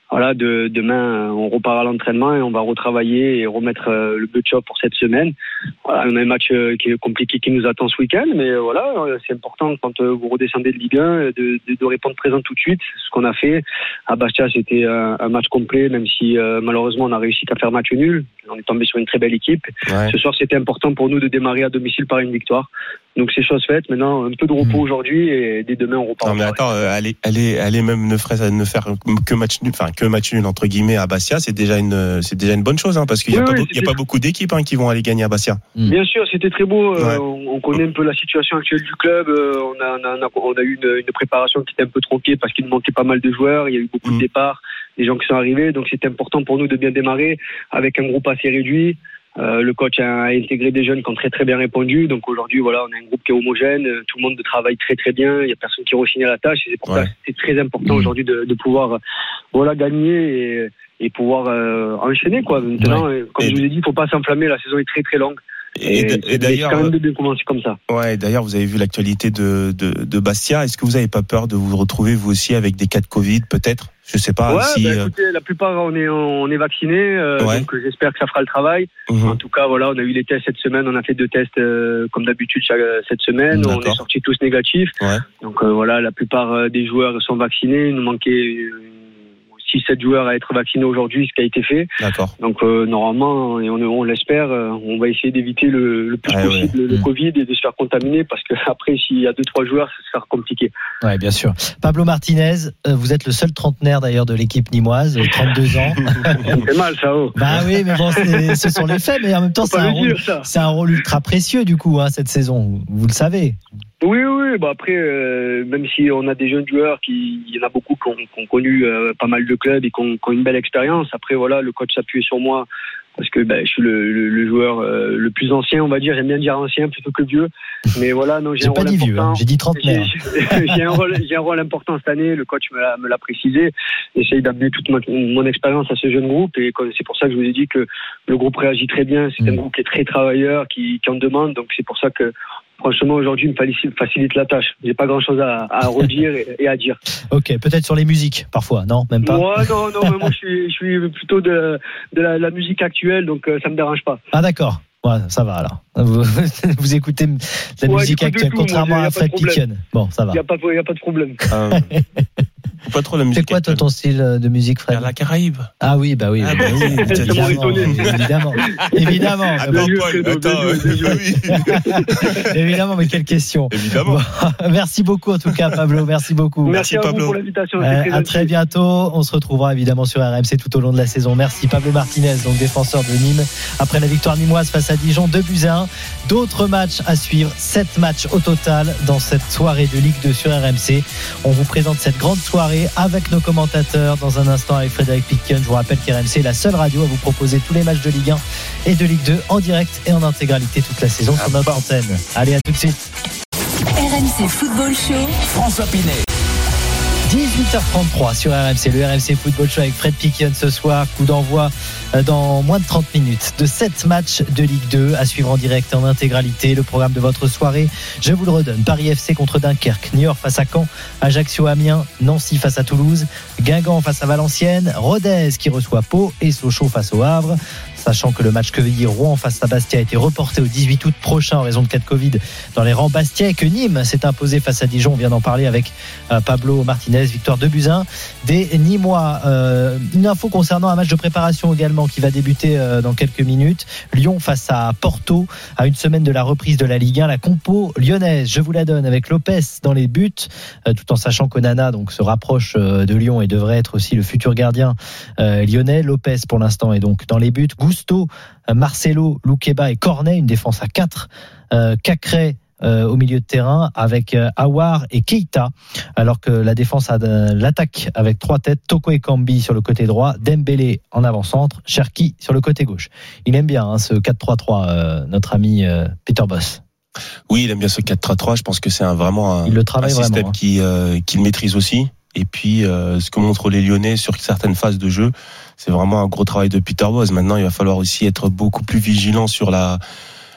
voilà, de, demain, on repart à l'entraînement et on va retravailler et remettre euh, le but-shop pour cette semaine. Voilà, on a un match euh, qui est compliqué qui nous attend ce week-end, mais euh, voilà, euh, c'est important quand euh, vous redescendez de Ligue un de, de, de répondre présent tout de suite. Ce qu'on a fait à Bastia, c'était un, un match complet, même si euh, malheureusement on a réussi qu'à faire match nul. On est tombé sur une très belle équipe. Ouais. Ce soir, c'était important pour nous de démarrer à domicile par une victoire. Donc c'est chose faite. Maintenant, un peu de repos mmh. aujourd'hui et dès demain on repart. Non mais attends, euh, aller, aller, aller même ne, ferait, ne faire que match nul, enfin que match nul entre guillemets à Bastia, c'est déjà une, c'est déjà une bonne chose, hein, parce qu'il n'y a, oui, oui, a pas beaucoup d'équipes hein, qui vont aller gagner à Bastia. Mmh. Bien sûr, c'était très beau. Ouais. Euh, on, on connaît un peu la situation actuelle du club. Euh, on a, on a, on a eu une, une préparation qui était un peu tronquée parce qu'il nous manquait pas mal de joueurs. Il y a eu beaucoup mmh. de départs, des gens qui sont arrivés. Donc c'était important pour nous de bien démarrer avec un groupe assez réduit. Euh, le coach a intégré des jeunes qui ont très très bien répondu. Donc aujourd'hui, voilà, on a un groupe qui est homogène. Tout le monde travaille très très bien. Il y a personne qui re-signe à la tâche. Et c'est pour ouais. ça que c'est très important mmh. aujourd'hui de, de pouvoir voilà gagner et, et pouvoir euh, enchaîner quoi. Maintenant, ouais. comme et je vous ai dit, il faut pas s'enflammer. La saison est très très longue. Et, et, et d'ailleurs, quand même de bien commencer comme ça. Ouais. D'ailleurs, vous avez vu l'actualité de, de, de Bastia. Est-ce que vous n'avez pas peur de vous retrouver vous aussi avec des cas de Covid, peut-être? Je sais pas. Ouais, si, bah, écoutez, la plupart on est on est vaccinés, euh, ouais. donc j'espère que ça fera le travail. Mmh. En tout cas, voilà, on a eu les tests cette semaine. On a fait deux tests euh, comme d'habitude chaque, cette semaine. D'accord. On est sortis tous négatifs. Ouais. Donc euh, voilà, la plupart des joueurs sont vaccinés. Il nous manquait six sept joueurs à être vaccinés aujourd'hui, ce qui a été fait. D'accord. Donc euh, normalement, et on, on l'espère, euh, on va essayer d'éviter le, le plus ouais, possible ouais. le mmh. Covid et de se faire contaminer, parce que après, s'il y a deux trois joueurs, ça sera compliqué. Ouais, bien sûr. Pablo Martinez, vous êtes le seul trentenaire d'ailleurs de l'équipe nimoise, trente-deux ans. C'est mal ça. Oh. Bah oui, mais bon, c'est, ce sont les faits, mais en même temps, c'est un, rôle, c'est un rôle ultra précieux du coup hein, cette saison. Vous le savez. Oui, oui. Bah après, euh, même si on a des jeunes joueurs, qui, il y en a beaucoup qui ont, qui ont connu euh, pas mal de clubs et qui ont, qui ont une belle expérience. Après, voilà, le coach s'appuie sur moi parce que bah, je suis le, le, le joueur euh, le plus ancien, on va dire. J'aime bien dire ancien plutôt que vieux. Mais voilà, non, j'ai, j'ai un pas rôle dit important. Vieux, hein. J'ai dit trentenaire. J'ai, j'ai, un rôle, j'ai un rôle important cette année. Le coach me l'a, me l'a précisé. J'essaye d'amener toute ma, mon expérience à ce jeune groupe, et c'est pour ça que je vous ai dit que le groupe réagit très bien. C'est mmh. un groupe qui est très travailleur, qui, qui en demande. Donc c'est pour ça que franchement, aujourd'hui, il me facilite la tâche. J'ai pas grand chose à, à redire et, et à dire. Ok, peut-être sur les musiques, parfois, non? Même pas? Ouais, non, non, mais moi, je suis, je suis plutôt de, de la, la musique actuelle, donc euh, ça me dérange pas. Ah, d'accord. Ouais, ça va alors. Vous, vous écoutez de la ouais, musique actuelle, tout, contrairement moi, à Fred Piquion. Bon, ça va. Il n'y a, a pas de problème. Euh, pas trop la musique. C'est quoi toi, ton style de musique, Fred? La Caraïbe. Ah oui, bah oui. Ah, bah, oui évidemment, évidemment. Évidemment. Attends, Paul, attends, évidemment, mais quelle question. Évidemment. Bon, merci beaucoup en tout cas, Pablo. Merci beaucoup. Merci, merci à Pablo. vous pour l'invitation. Euh, à très bientôt. On se retrouvera évidemment sur R M C tout au long de la saison. Merci Pablo Martinez, donc défenseur de Nîmes. Après la victoire nîmoise face à Dijon, deux buts à un. D'autres matchs à suivre. sept matchs au total dans cette soirée de Ligue deux sur R M C. On vous présente cette grande soirée avec nos commentateurs dans un instant avec Frédéric Piquion. Je vous rappelle qu'R M C est la seule radio à vous proposer tous les matchs de Ligue un et de Ligue deux en direct et en intégralité toute la saison sur notre antenne. Allez, à tout de suite. R M C Football Show, François Pinet. dix-huit heures trente-trois sur R M C, le R M C Football Show avec Fred Piquion ce soir. Coup d'envoi dans moins de trente minutes de sept matchs de Ligue deux à suivre en direct et en intégralité. Le programme de votre soirée, je vous le redonne. Paris F C contre Dunkerque, Niort face à Caen, Ajaccio Amiens, Nancy face à Toulouse, Guingamp face à Valenciennes, Rodez qui reçoit Pau et Sochaux face au Havre. Sachant que le match Quevilly-Rouen face à Bastia a été reporté au dix-huit août prochain en raison de cas de Covid dans les rangs bastia, et que Nîmes s'est imposé face à Dijon. On vient d'en parler avec euh, Pablo Martinez, victoire deux buts à un des Nîmois. Euh, une info concernant un match de préparation également qui va débuter euh, dans quelques minutes. Lyon face à Porto, à une semaine de la reprise de la Ligue un. La compo lyonnaise, je vous la donne, avec Lopez dans les buts, euh, tout en sachant qu'Onana donc se rapproche euh, de Lyon et devrait être aussi le futur gardien euh, lyonnais. Lopez pour l'instant est donc dans les buts. Gusto, Marcelo, Loukeba et Cornet, une défense à quatre. Euh, Cacré euh, au milieu de terrain avec euh, Aouar et Keita, alors que la défense a de l'attaque avec trois têtes. Toko Ekambi sur le côté droit, Dembélé en avant-centre, Cherki sur le côté gauche. Il aime bien hein, ce quatre trois trois, euh, notre ami euh, Peter Bosz. Oui, il aime bien ce quatre trois trois. Je pense que c'est un, vraiment un, il le travaille un système vraiment, hein. qui, euh, qu'il maîtrise aussi. Et puis, euh, ce que montrent les Lyonnais sur certaines phases de jeu, c'est vraiment un gros travail de Peter Bosz. Maintenant, il va falloir aussi être beaucoup plus vigilant sur la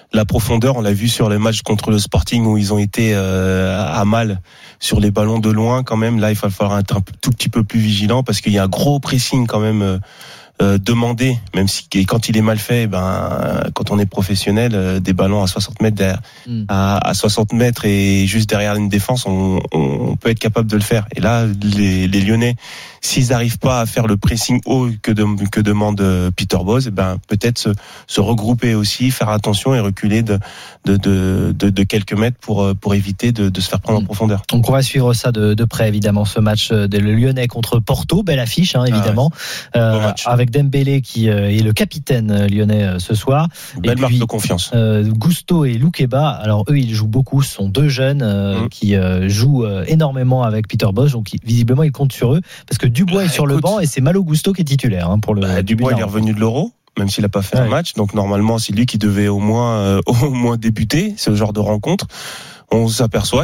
la profondeur, on l'a vu sur les matchs contre le Sporting où ils ont été euh, à mal sur les ballons de loin quand même. Là, il va falloir être un tout petit peu plus vigilant parce qu'il y a un gros pressing quand même euh, euh, demandé, même si quand il est mal fait, ben quand on est professionnel, euh, des ballons à soixante mètres derrière, mm. à, à soixante mètres et juste derrière une défense, on, on peut être capable de le faire. Et là, les, les Lyonnais, s'ils n'arrivent pas à faire le pressing haut que, de, que demande Peter Bosz, ben peut-être se, se regrouper aussi, faire attention et reculer de, de, de, de, de quelques mètres pour, pour éviter de, de se faire prendre en profondeur. Donc on va suivre ça de, de près évidemment, ce match des Lyonnais contre Porto, belle affiche hein, évidemment, ah ouais. euh, avec Dembélé qui est le capitaine lyonnais ce soir. Belle et marque puis, de confiance. Euh, Gusto et Loukeba, alors eux ils jouent beaucoup, ce sont deux jeunes euh, mmh. qui euh, jouent énormément avec Peter Bosz, donc visiblement ils comptent sur eux parce que Dubois bah, est sur écoute, le banc et c'est Malo Gusto qui est titulaire hein, pour le. Bah, Dubois il est revenu de l'Euro, même s'il n'a pas fait ouais. un match, donc normalement c'est lui qui devait au moins euh, au moins débuter ce genre de rencontre. On s'aperçoit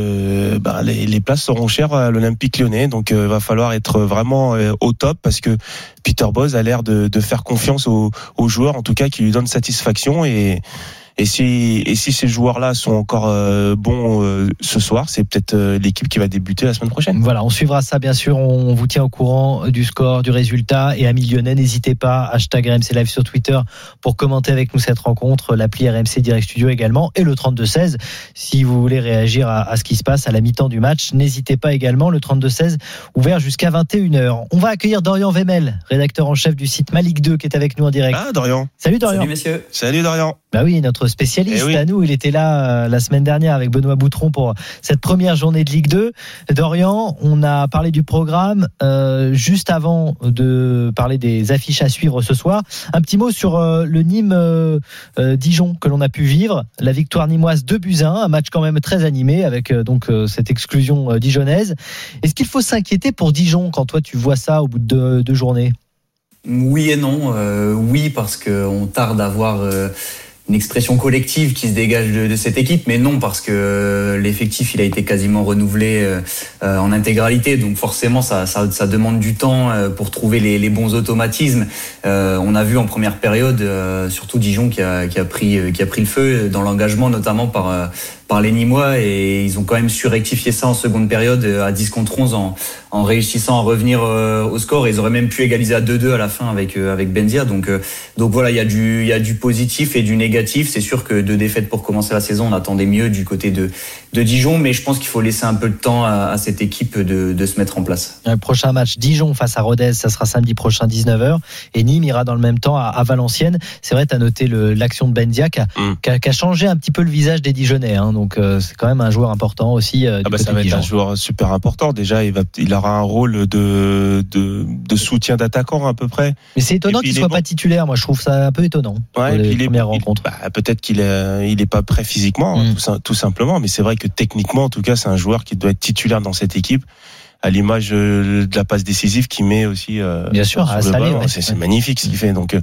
que bah, les, les places seront chères à l'Olympique Lyonnais, donc il euh, va falloir être vraiment euh, au top parce que Peter Bosz a l'air de, de faire confiance aux, aux joueurs, en tout cas qui lui donnent satisfaction et. Et si, et si ces joueurs-là sont encore euh, bons euh, ce soir, c'est peut-être euh, l'équipe qui va débuter la semaine prochaine. Voilà, on suivra ça bien sûr. On vous tient au courant du score, du résultat. Et amis lyonnais, n'hésitez pas, hashtag R M C Live sur Twitter pour commenter avec nous cette rencontre. L'appli R M C Direct Studio également. Et le trente-deux seize, si vous voulez réagir à, à ce qui se passe à la mi-temps du match, n'hésitez pas également. Le trente-deux seize ouvert jusqu'à vingt et une heures. On va accueillir Dorian Wemmel, rédacteur en chef du site Malik deux, qui est avec nous en direct. Ah, Dorian. Salut Dorian. Salut messieurs. Salut Dorian. Bah oui, notre spécialiste oui. à nous, il était là euh, la semaine dernière avec Benoît Boutron pour cette première journée de Ligue deux. Dorian, on a parlé du programme euh, juste avant de parler des affiches à suivre ce soir. Un petit mot sur euh, le Nîmes euh, euh, Dijon que l'on a pu vivre, la victoire nîmoise deux buts à un, un match quand même très animé avec euh, donc euh, cette exclusion euh, dijonnaise. Est-ce qu'il faut s'inquiéter pour Dijon quand toi tu vois ça au bout de deux, deux journées ? Oui et non. Euh, oui parce qu'on tarde à voir euh, une expression collective qui se dégage de, de cette équipe, mais non parce que euh, l'effectif il a été quasiment renouvelé euh, euh, en intégralité, donc forcément ça, ça, ça demande du temps euh, pour trouver les, les bons automatismes. Euh, on a vu en première période, euh, surtout Dijon qui a, qui a pris qui a pris le feu dans l'engagement, notamment par euh, par les Nîmois, et ils ont quand même su rectifier ça en seconde période à dix contre onze en, en réussissant à revenir euh, au score. Ils auraient même pu égaliser à deux deux à la fin avec euh, avec Benzia. Donc euh, donc voilà, il y a du il y a du positif et du négatif. C'est sûr que deux défaites pour commencer la saison, on attendait mieux du côté de de Dijon, mais je pense qu'il faut laisser un peu de temps à, à cette équipe de de se mettre en place. Le prochain match Dijon face à Rodez, ça sera samedi prochain dix-neuf heures, et Nîmes ira dans le même temps à, à Valenciennes. C'est vrai, tu as noté le, l'action de Benzia qui a, mm. qui, a, qui a changé un petit peu le visage des Dijonnais, hein. Donc euh, c'est quand même un joueur important aussi. Euh, ah bah ça va être un joueur super important. Déjà, il va, il aura un rôle de de, de soutien d'attaquant à peu près. Mais c'est étonnant qu'il soit bon. pas titulaire. Moi, je trouve ça un peu étonnant. Ouais, pour les il premières est, rencontres. Il, bah, peut-être qu'il est, il est pas prêt physiquement, mm. tout, tout simplement. Mais c'est vrai que techniquement, en tout cas, c'est un joueur qui doit être titulaire dans cette équipe. À l'image de la passe décisive qu'il met aussi. Euh, Bien sûr, à Salé, ouais. c'est, c'est magnifique ce qu'il fait. Donc.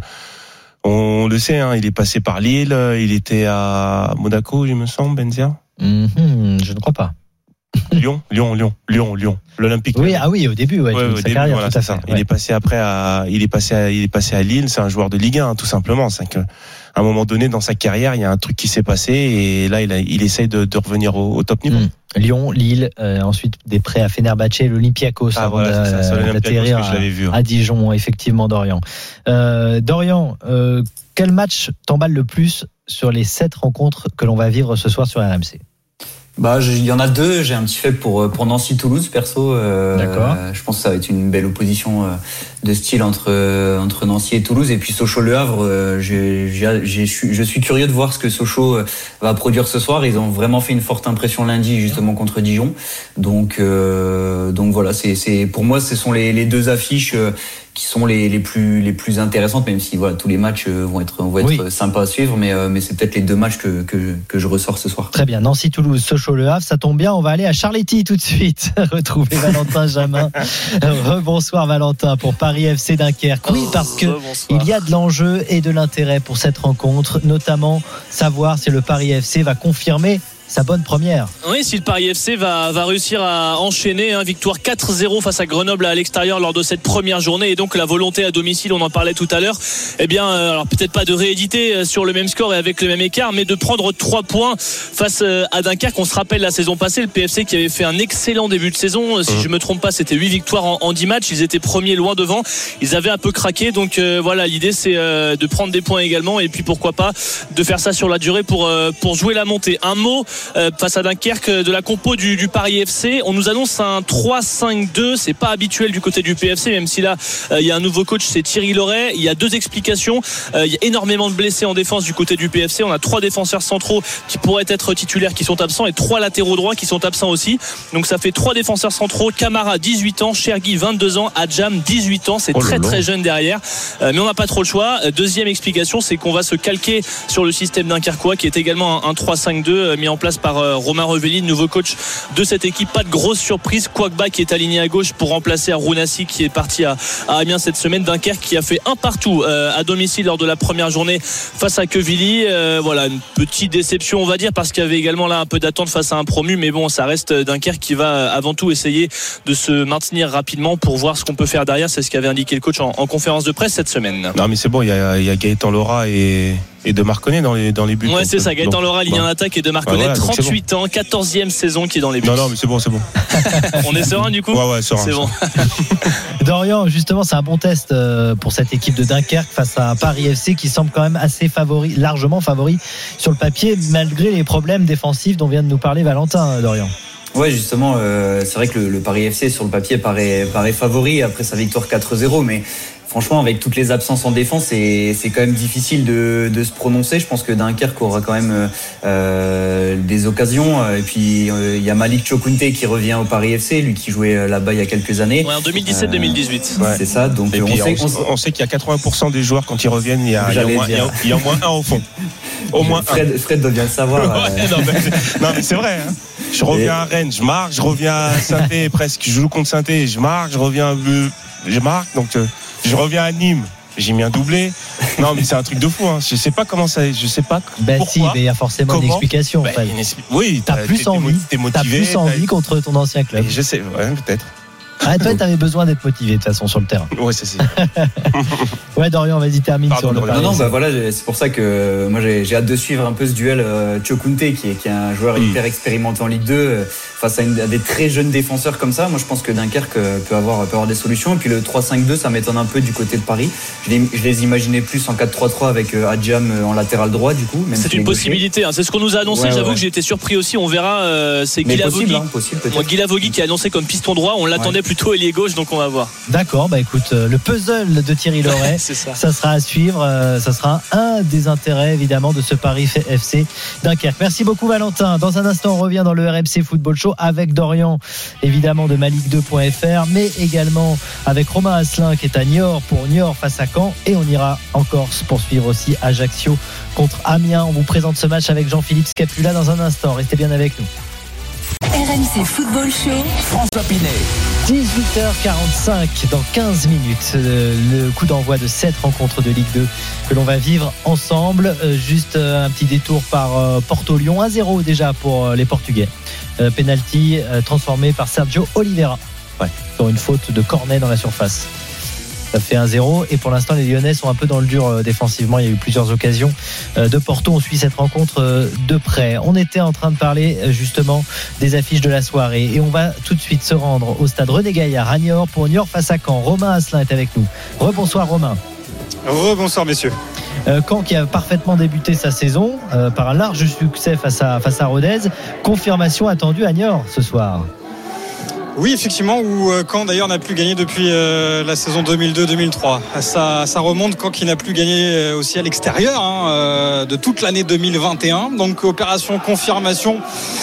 On le sait, hein, il est passé par Lille, il était à Monaco, il me semble, Benzia. Mmh, je ne crois pas. Lyon, Lyon, Lyon, Lyon, Lyon. L'Olympique. Oui, ah oui, au début, ouais, ouais, au sa début, carrière, voilà, tout à c'est fait. ça. Ouais. Il est passé après à, il est passé à, il est passé à Lille. C'est un joueur de Ligue un, hein, tout simplement. C'est que, à un moment donné, dans sa carrière, il y a un truc qui s'est passé et là, il, a, il essaye de, de revenir au, au top niveau. Mmh. Lyon, Lille, euh, ensuite des prêts à Fenerbahçe, l'Olympiakos ah, avant voilà, d'a, d'atterrir à, vu, hein. à Dijon, effectivement, Dorian. Euh, Dorian, euh, quel match t'emballe le plus sur les sept rencontres que l'on va vivre ce soir sur R M C? Bah, il y en a deux. J'ai un petit fait pour pour Nancy-Toulouse perso. Euh, D'accord. Je pense que ça va être une belle opposition euh, de style entre euh, entre Nancy et Toulouse. Et puis Sochaux-Le Havre. Euh, j'ai, j'ai, j'ai, je suis curieux de voir ce que Sochaux va produire ce soir. Ils ont vraiment fait une forte impression lundi justement contre Dijon. Donc euh, donc voilà, c'est c'est pour moi ce sont les les deux affiches. Euh, qui sont les les plus les plus intéressantes, même si voilà tous les matchs vont être vont être oui. sympas à suivre, mais euh, mais c'est peut-être les deux matchs que que que je ressors ce soir. Très bien, Nancy, Toulouse, Sochaux, Le Havre, ça tombe bien, on va aller à Charletti tout de suite retrouver Valentin Jamin. Rebonsoir Valentin pour Paris F C Dunkerque. Oui, parce que il y a de l'enjeu et de l'intérêt pour cette rencontre, notamment savoir si le Paris F C va confirmer sa bonne première. Oui, si le Paris F C va, va réussir à enchaîner, hein, victoire quatre zéro face à Grenoble à l'extérieur lors de cette première journée, et donc la volonté à domicile, on en parlait tout à l'heure, eh bien, euh, alors peut-être pas de rééditer sur le même score et avec le même écart, mais de prendre trois points face à Dunkerque. On se rappelle la saison passée, le P F C qui avait fait un excellent début de saison, si je me trompe pas, c'était huit victoires en, en dix matchs, ils étaient premiers loin devant, ils avaient un peu craqué, donc euh, voilà, l'idée c'est euh, de prendre des points également, et puis pourquoi pas de faire ça sur la durée pour, euh, pour jouer la montée. Un mot euh, face à Dunkerque de la compo du, du Paris F C, on nous annonce un trois cinq deux, c'est pas habituel du côté du P F C, même si là euh, il y a un nouveau coach, c'est Thierry Loret. Il y a deux explications, euh, il y a énormément de blessés en défense du côté du P F C, on a trois défenseurs centraux qui pourraient être titulaires qui sont absents, et trois latéraux droits qui sont absents aussi, donc ça fait trois défenseurs centraux. Camara dix-huit ans, Chergui vingt-deux ans, Adjam dix-huit ans, c'est oh très très jeune derrière, euh, mais on n'a pas trop le choix. Deuxième explication, c'est qu'on va se calquer sur le système dunkerquois qui est également un, un trois cinq deux euh, mis en place par euh, Romain Revelli, nouveau coach de cette équipe. Pas de grosse surprise, Kwagba qui est aligné à gauche pour remplacer Rounassi qui est parti à, à Amiens cette semaine. Dunkerque qui a fait un partout euh, à domicile lors de la première journée face à Quevilly, euh, voilà, une petite déception on va dire, parce qu'il y avait également là un peu d'attente face à un promu, mais bon, ça reste Dunkerque qui va avant tout essayer de se maintenir rapidement pour voir ce qu'on peut faire derrière. C'est ce qu'avait indiqué le coach en, en conférence de presse cette semaine. Non mais c'est bon, il y a, il y a Gaëtan Laura et et de Marconnet dans les dans les buts. Ouais, c'est ça, Gaëtan Laura ligne en attaque, et de Marconnet, bah voilà, trente-huit bon. ans, quatorzième saison qui est dans les buts. Non non, mais c'est bon, c'est bon. On est serein du coup. Ouais ouais, serein. C'est bon. Dorian, justement, c'est un bon test pour cette équipe de Dunkerque face à un Paris F C qui semble quand même assez favori, largement favori sur le papier, malgré les problèmes défensifs dont vient de nous parler Valentin. Dorian. Ouais, justement, euh, c'est vrai que le, le Paris F C sur le papier paraît, paraît favori après sa victoire quatre zéro, mais franchement, avec toutes les absences en défense, c'est, c'est quand même difficile de, de se prononcer. Je pense que Dunkerque aura quand même euh, des occasions. Et puis, il euh, y a Malik Chokunte qui revient au Paris F C, lui qui jouait là-bas il y a quelques années. Ouais, en deux mille dix-sept deux mille dix-huit. Euh, ouais. C'est ça. Donc, et on, puis, sait, on, on, on sait qu'il y a quatre-vingts pour cent des joueurs, quand ils reviennent, il y a, il y a, au, moins, il y a, il y a au moins un au fond. Au moins Fred, un. Fred doit bien le savoir. Ouais, euh... non, mais, non, mais c'est vrai. Hein. Je reviens et... à Rennes, je marque. Je reviens à Saint-Étienne, presque. Je joue contre Saint-Étienne, je marque. Je reviens, à... je marque. Donc, euh, je reviens à Nîmes. J'ai mis un doublé. Non, mais c'est un truc de fou. Hein. Je sais pas comment ça. Je sais pas. Ben pourquoi, si, mais il y a forcément comment. Une explication. Ben, Enfin. une expli... Oui, t'as, t'as plus t'es, envie. T'es motivé. T'as plus envie t'as... contre ton ancien club. Et je sais, ouais, peut-être. Ah, toi, t'avais besoin d'être motivé de toute façon sur le terrain. Ouais, c'est ça. Ouais, Dorian, vas-y, termine. Pardon, sur le Non, non, bah voilà, c'est pour ça que moi j'ai, j'ai hâte de suivre un peu ce duel euh, Chokunte, qui est, qui est un joueur mm. hyper expérimenté en Ligue deux, euh, face à, une, à des très jeunes défenseurs comme ça. Moi, je pense que Dunkerque euh, peut avoir, peut avoir des solutions. Et puis le trois cinq deux, ça m'étonne un peu du côté de Paris. Je les, je les imaginais plus en quatre trois trois avec euh, Adjam en latéral droit, du coup. Même c'est une possibilité, hein. C'est ce qu'on nous a annoncé. Ouais, J'avoue ouais. que j'ai été surpris aussi. On verra. Euh, c'est Guy Lavogui. Hein, possible, Guy Lavogui qui a annoncé comme piston droit. On l'attendait ouais. plutôt ailier gauche, donc on va voir. D'accord, bah écoute, euh, le puzzle de Thierry Loret, c'est ça. ça sera à suivre. Euh, ça sera un des intérêts évidemment de ce Paris F C Dunkerque. Merci beaucoup Valentin. Dans un instant, on revient dans le R M C Football Show avec Dorian, évidemment de Malick deux point F R, mais également avec Romain Asselin qui est à Niort pour Niort face à Caen, et on ira en Corse pour suivre aussi Ajaccio contre Amiens. On vous présente ce match avec Jean-Philippe Scapula dans un instant. Restez bien avec nous. R M C Football Show, François Pinet. dix-huit heures quarante-cinq, dans quinze minutes, le coup d'envoi de cette rencontre de Ligue deux que l'on va vivre ensemble. Juste un petit détour par Porto-Lyon, un zéro déjà pour les Portugais. Penalty transformé par Sergio Oliveira, ouais, sur une faute de cornet dans la surface. Ça fait un zéro, et pour l'instant les Lyonnais sont un peu dans le dur défensivement. Il y a eu plusieurs occasions de Porto. On suit cette rencontre de près. On était en train de parler justement des affiches de la soirée, et on va tout de suite se rendre au stade René Gaillard à Niort pour Niort face à Caen. Romain Asselin est avec nous. Rebonsoir Romain. Rebonsoir messieurs. Euh, Caen qui a parfaitement débuté sa saison euh, par un large succès face à, face à Rodez. Confirmation attendue à Niort ce soir. Oui, effectivement, où Caen d'ailleurs n'a plus gagné depuis euh, la saison deux mille deux deux mille trois. Ça, ça remonte, Caen qui n'a plus gagné aussi à l'extérieur hein, euh, de toute l'année deux mille vingt et un. Donc opération confirmation,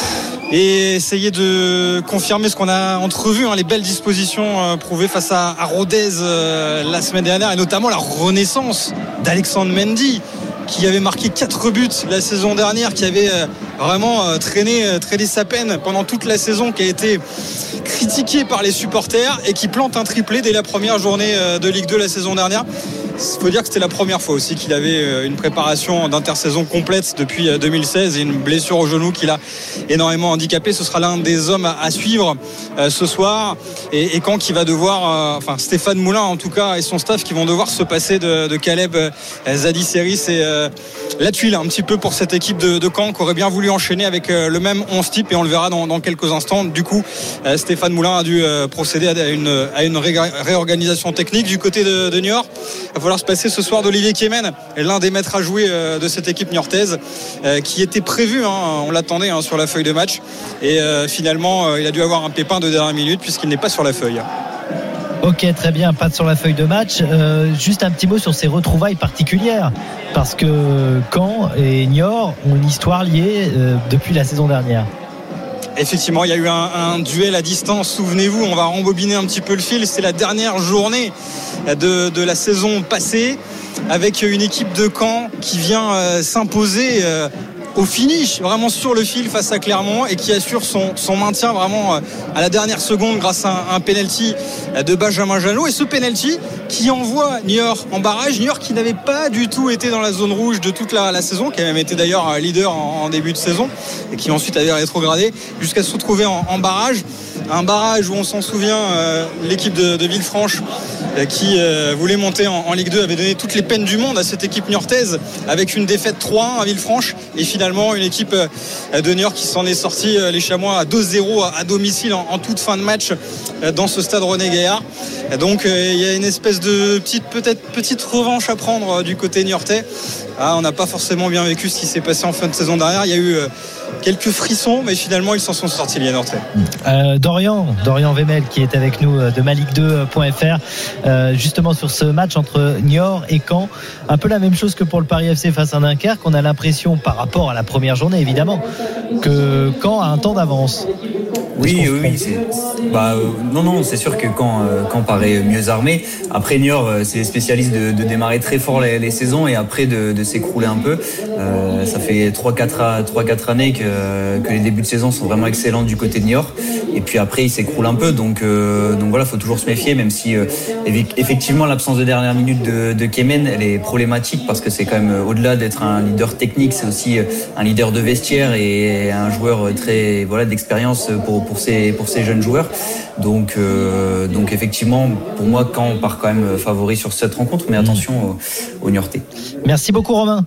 et essayer de confirmer ce qu'on a entrevu, hein, les belles dispositions euh, prouvées face à, à Rodez euh, la semaine dernière, et notamment la renaissance d'Alexandre Mendy, qui avait marqué quatre buts la saison dernière, qui avait euh, vraiment euh, traîné, euh, traîné sa peine pendant toute la saison, qui a été critiqué par les supporters, et qui plante un triplé dès la première journée euh, de Ligue deux la saison dernière. Il faut dire que c'était la première fois aussi qu'il avait une préparation d'intersaison complète depuis deux mille seize et une blessure au genou qui l'a énormément handicapé. Ce sera l'un des hommes à suivre ce soir. Et, et Caen qui va devoir, enfin Stéphane Moulin en tout cas et son staff qui vont devoir se passer de, de Caleb Zadiseri. C'est euh, la tuile un petit peu pour cette équipe de, de Caen qui aurait bien voulu enchaîner avec euh, le même onze type et on le verra dans, dans quelques instants. Du coup, euh, Stéphane Moulin a dû euh, procéder à une, à une ré- réorganisation technique du côté de, de Niort. Il va falloir se passer ce soir d'Olivier Kémen, l'un des maîtres à jouer euh, de cette équipe niortaise euh, qui était prévu, hein, on l'attendait hein, sur la feuille de match et euh, finalement euh, il a dû avoir un pépin de dernière minute puisqu'il n'est pas sur la feuille. Ok, très bien, pas sur la feuille de match. Euh, juste un petit mot sur ces retrouvailles particulières, parce que Caen et Niort ont une histoire liée euh, depuis la saison dernière. Effectivement, il y a eu un, un duel à distance, souvenez-vous, on va rembobiner un petit peu le fil, c'est la dernière journée de, de la saison passée, avec une équipe de Caen qui vient euh, s'imposer euh, au finish, vraiment sur le fil face à Clermont et qui assure son, son maintien vraiment à la dernière seconde grâce à un, un penalty de Benjamin Janot. Et ce penalty qui envoie Niort en barrage, Niort qui n'avait pas du tout été dans la zone rouge de toute la, la saison, qui a même été d'ailleurs leader en, en début de saison et qui ensuite avait rétrogradé jusqu'à se retrouver en, en barrage. Un barrage où on s'en souvient, euh, l'équipe de, de Villefranche euh, qui euh, voulait monter en, en Ligue deux avait donné toutes les peines du monde à cette équipe niortaise avec une défaite trois un à Villefranche et finalement une équipe euh, de Niort qui s'en est sortie euh, les Chamois à deux zéro à, à domicile en, en toute fin de match euh, dans ce stade René Gaillard. Et donc euh, il y a une espèce de petite, peut-être petite revanche à prendre euh, du côté niortais. Ah, on n'a pas forcément bien vécu ce qui s'est passé en fin de saison dernière. Il y a eu euh, quelques frissons, mais finalement ils s'en sont sortis les Niortais. Euh, Dorian, Dorian Vemel qui est avec nous de malique deux point f r, euh, justement sur ce match entre Niort et Caen, un peu la même chose que pour le Paris F C face à Dunkerque. On a l'impression, par rapport à la première journée évidemment, que Caen a un temps d'avance. Oui, oui, oui, c'est, bah, euh, non, non, c'est sûr que Caen, euh, Caen paraît mieux armé. Après, Niort, euh, c'est spécialiste de, de démarrer très fort les, les saisons et après de, de s'écrouler un peu. Euh, ça fait trois quatre années que, que les débuts de saison sont vraiment excellents du côté de Niort. Et puis après, il s'écroule un peu. Donc, euh, donc voilà, faut toujours se méfier, même si euh, effectivement l'absence de dernière minute de, de Kémen, elle est problématique parce que c'est quand même au-delà d'être un leader technique, c'est aussi un leader de vestiaire et un joueur très voilà d'expérience pour pour ces pour ces jeunes joueurs. Donc euh, donc effectivement, pour moi, Caen on part quand même favori sur cette rencontre, mais attention aux, aux Niortais. Merci beaucoup Romain.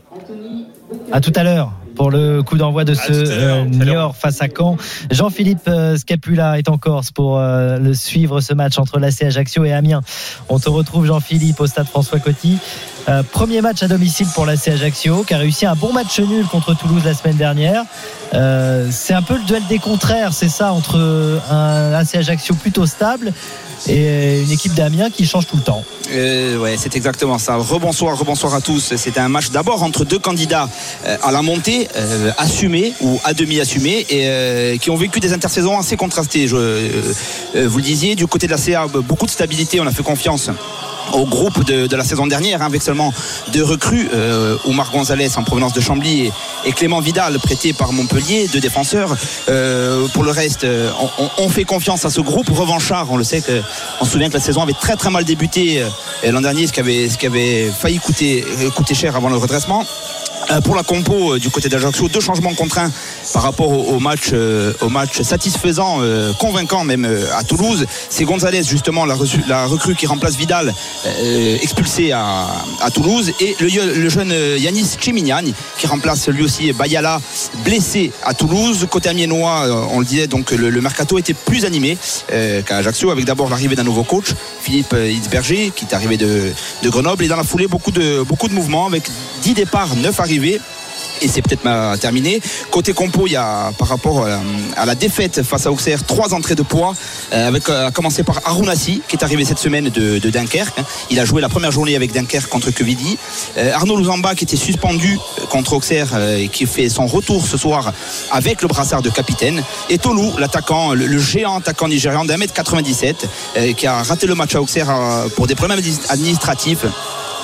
À tout à l'heure pour le coup d'envoi de ce euh, Niort face à Caen. Jean-Philippe euh, Scapula est en Corse pour euh, le suivre ce match entre l'A C Ajaccio et Amiens. On te retrouve Jean-Philippe au stade François Coty. Euh, premier match à domicile pour l'A C Ajaccio qui a réussi un bon match nul contre Toulouse la semaine dernière. Euh, c'est un peu le duel des contraires, c'est ça, entre un A C Ajaccio plutôt stable et une équipe d'Amiens qui change tout le temps. Euh, ouais, c'est exactement ça. Rebonsoir, rebonsoir à tous. C'était un match d'abord entre deux candidats euh, à la montée, euh, assumés ou à demi assumés, et euh, qui ont vécu des intersaisons assez contrastées. Je, euh, euh, vous le disiez, du côté de la C A, beaucoup de stabilité. On a fait confiance au groupe de, de la saison dernière, hein, avec seulement deux recrues, euh, Oumar Gonzalez en provenance de Chambly et, et Clément Vidal prêté par Montpellier, deux défenseurs. Euh, pour le reste, on, on fait confiance à ce groupe revanchard. On le sait, que, on se souvient que la saison avait très très mal débuté euh, l'an dernier, ce qui avait, ce qui avait failli coûter, coûter cher avant le redressement. Euh, pour la compo euh, du côté d'Ajaccio, deux changements contraints par rapport au, au match euh, au match satisfaisant, euh, convaincant même euh, à Toulouse. C'est Gonzalez justement la, reçu, la recrue qui remplace Vidal, euh, expulsé à, à Toulouse, et le, le jeune euh, Yanis Chimignani qui remplace lui aussi Bayala, blessé à Toulouse. Côté amiénois, euh, on le disait, donc le, le mercato était plus animé euh, qu'à Ajaccio, avec d'abord l'arrivée d'un nouveau coach, Philippe Hitzberger, qui est arrivé de, de Grenoble, et dans la foulée beaucoup de, beaucoup de mouvements avec dix départs, neuf arrivés. Et c'est peut-être ma terminé. Côté compo, il y a par rapport à la défaite face à Auxerre, trois entrées de poids, euh, avec à commencer par Arounassi qui est arrivé cette semaine de, de Dunkerque. Il a joué la première journée avec Dunkerque contre Quevidi. Euh, Arnaud Louzamba qui était suspendu contre Auxerre euh, et qui fait son retour ce soir avec le brassard de capitaine. Et Tolu, l'attaquant, le, le géant attaquant nigérian d'un mètre quatre-vingt-dix-sept, euh, qui a raté le match à Auxerre euh, pour des problèmes administratifs.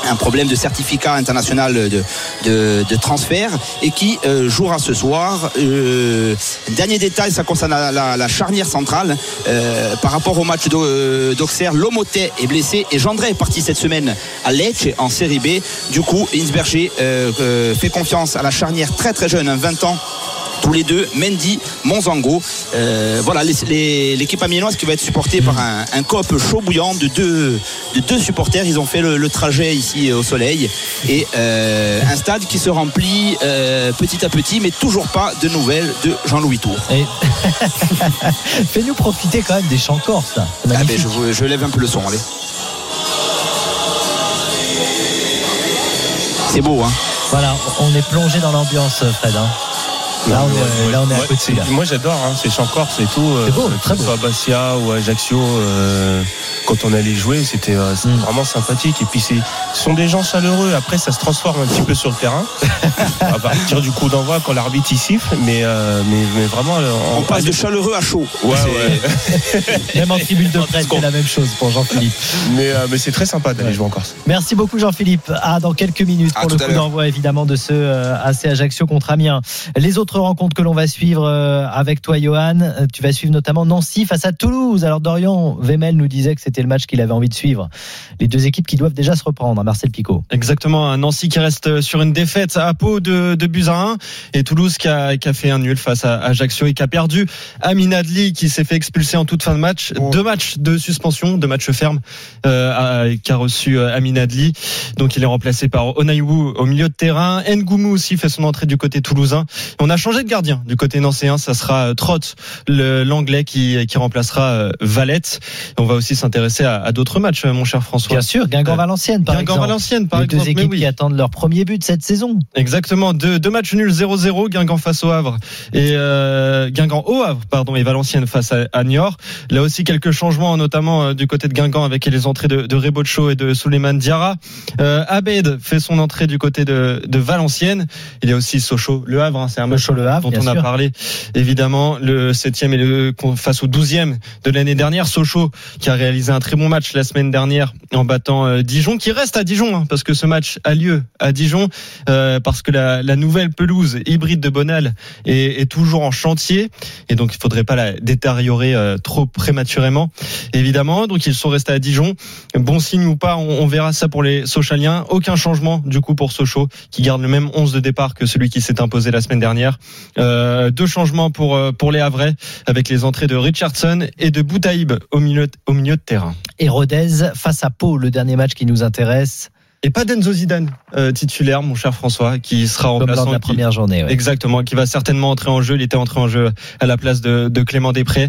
un problème de certificat international de, de, de transfert et qui euh, jouera ce soir. Euh, dernier détail, ça concerne la, la, la charnière centrale euh, par rapport au match d'Auxerre. Lomotet est blessé et Gendret est parti cette semaine à Lecce en série B. Du coup, Hinsberger euh, euh, fait confiance à la charnière très très jeune, hein, vingt ans. Tous les deux, Mendy, Monzango. Euh, voilà, les, les, l'équipe amiénoise qui va être supportée par un, un coop chaud bouillant de deux, de deux supporters. Ils ont fait le, le trajet ici au soleil. Et euh, un stade qui se remplit euh, petit à petit, mais toujours pas de nouvelles de Jean-Louis Tour. Et... Fais-nous profiter quand même des chants corses. Ah ben, je, je lève un peu le son, allez. C'est beau, hein. Voilà, on est plongé dans l'ambiance, Fred. Hein. Là, on est, ouais, là, on est à ouais, côté. Là. Moi, j'adore hein, ces chants corses et tout. C'est beau, euh, très que ce beau. soit à Bastia ou à Ajaccio, euh, quand on allait jouer, c'était, euh, c'était mm. vraiment sympathique. Et puis, c'est, ce sont des gens chaleureux. Après, ça se transforme un petit peu sur le terrain. À partir du coup d'envoi, quand l'arbitre y siffle. Mais, euh, mais, mais vraiment. On, on passe de chaleureux à chaud. Ouais, ouais. Même en tribune de presse, c'est la même chose pour Jean-Philippe. Mais, euh, mais c'est très sympa d'aller ouais. jouer en Corse. Merci beaucoup, Jean-Philippe. Ah, dans quelques minutes pour à le coup d'envoi, évidemment, de ce euh, A C Ajaccio contre Amiens. Les autres rencontres que l'on va suivre avec toi, Johan. Tu vas suivre notamment Nancy face à Toulouse. Alors Dorian Wemmel nous disait que c'était le match qu'il avait envie de suivre. Les deux équipes qui doivent déjà se reprendre, Marcel Picot. Exactement, un Nancy qui reste sur une défaite à Pau de, de buts à un et Toulouse qui a, qui a fait un nul face à Ajaccio et qui a perdu Amin Adli qui s'est fait expulser en toute fin de match. Oh. Deux matchs de suspension, deux matchs fermes euh, qu'a reçu Amin Adli. Donc il est remplacé par Onayou au milieu de terrain. Ngoumou aussi fait son entrée du côté toulousain. On a changé de gardien du côté nancéen, ça sera Trott, le, l'anglais qui, qui remplacera Valette. On va aussi s'intéresser à, à d'autres matchs, mon cher François. Bien sûr, Guingamp-Valenciennes par Guingamp exemple. Valenciennes par Les exemple. deux équipes oui. qui attendent leur premier but cette saison. Exactement, deux, deux matchs nuls zéro zéro, Guingamp face au Havre et euh, Guingamp au Havre, pardon, et Valenciennes face à, à Niort. Là aussi quelques changements, notamment euh, du côté de Guingamp avec les entrées de, de Rebocho et de Souleymane Diarra. Euh, Abed fait son entrée du côté de, de Valenciennes. Il y a aussi Sochaux, le Havre, hein, c'est un match Le Havre, dont on a sûr. parlé. Évidemment, le septième et le face au douzième de l'année dernière, Sochaux qui a réalisé un très bon match la semaine dernière en battant euh, Dijon, qui reste à Dijon hein, parce que ce match a lieu à Dijon euh, parce que la, la nouvelle pelouse hybride de Bonal est, est toujours en chantier et donc il faudrait pas la détériorer euh, trop prématurément évidemment. Donc ils sont restés à Dijon. Bon signe ou pas, on, on verra ça pour les Sochaliens. Aucun changement du coup pour Sochaux qui garde le même onze de départ que celui qui s'est imposé la semaine dernière. Euh, deux changements pour pour les Havrais avec les entrées de Richardson et de Boutaïb au milieu au milieu de terrain. Et Rodez face à Pau, le dernier match qui nous intéresse. Et pas d'Enzo Zidane euh, titulaire, mon cher François, qui sera remplaçant. Comme lors de la qui, première journée. Ouais. Exactement, qui va certainement entrer en jeu. Il était entré en jeu à la place de, de Clément Després.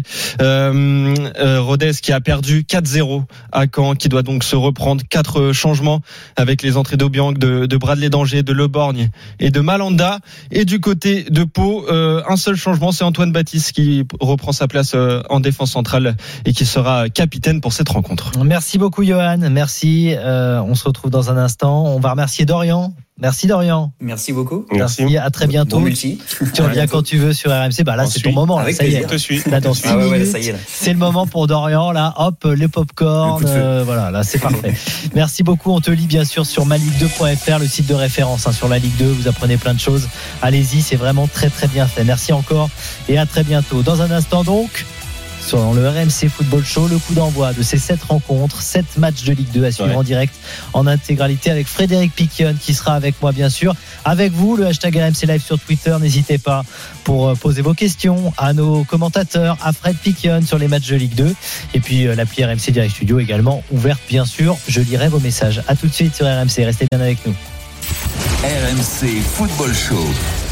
Euh, euh, Rodez qui a perdu quatre zéro à Caen, qui doit donc se reprendre. Quatre changements avec les entrées d'Aubiang, de, de Bradley Danger, de Le Borgne et de Malanda. Et du côté de Pau, euh, un seul changement, c'est Antoine Baptiste qui reprend sa place euh, en défense centrale et qui sera capitaine pour cette rencontre. Merci beaucoup, Johan. Merci. Euh, on se retrouve dans un instant. On va remercier Dorian. Merci Dorian. Merci beaucoup. Merci. Merci. À très bientôt. Bon multi. Tu reviens quand tu veux sur R M C. Bah là, on c'est suit. Ton moment. Là, ça y est. Te suis. Là, dans six ah ouais, minutes, ouais, ça y est, là. C'est le moment pour Dorian. Là, hop, les pop-corn. Euh, voilà, là, c'est parfait. Merci beaucoup. On te lit bien sûr sur ma ligue deux point f r, le site de référence hein, sur la Ligue deux. Vous apprenez plein de choses. Allez-y, c'est vraiment très très bien fait. Merci encore et à très bientôt. Dans un instant donc. Sur le R M C Football Show, le coup d'envoi de ces sept rencontres, sept matchs de Ligue deux à suivre ouais. en direct en intégralité avec Frédéric Piquion qui sera avec moi bien sûr, avec vous, le hashtag R M C Live sur Twitter, n'hésitez pas pour poser vos questions à nos commentateurs, à Fred Piquion sur les matchs de Ligue deux et puis l'appli R M C Direct Studio également ouverte bien sûr, je lirai vos messages. À tout de suite sur R M C, restez bien avec nous. R M C Football Show.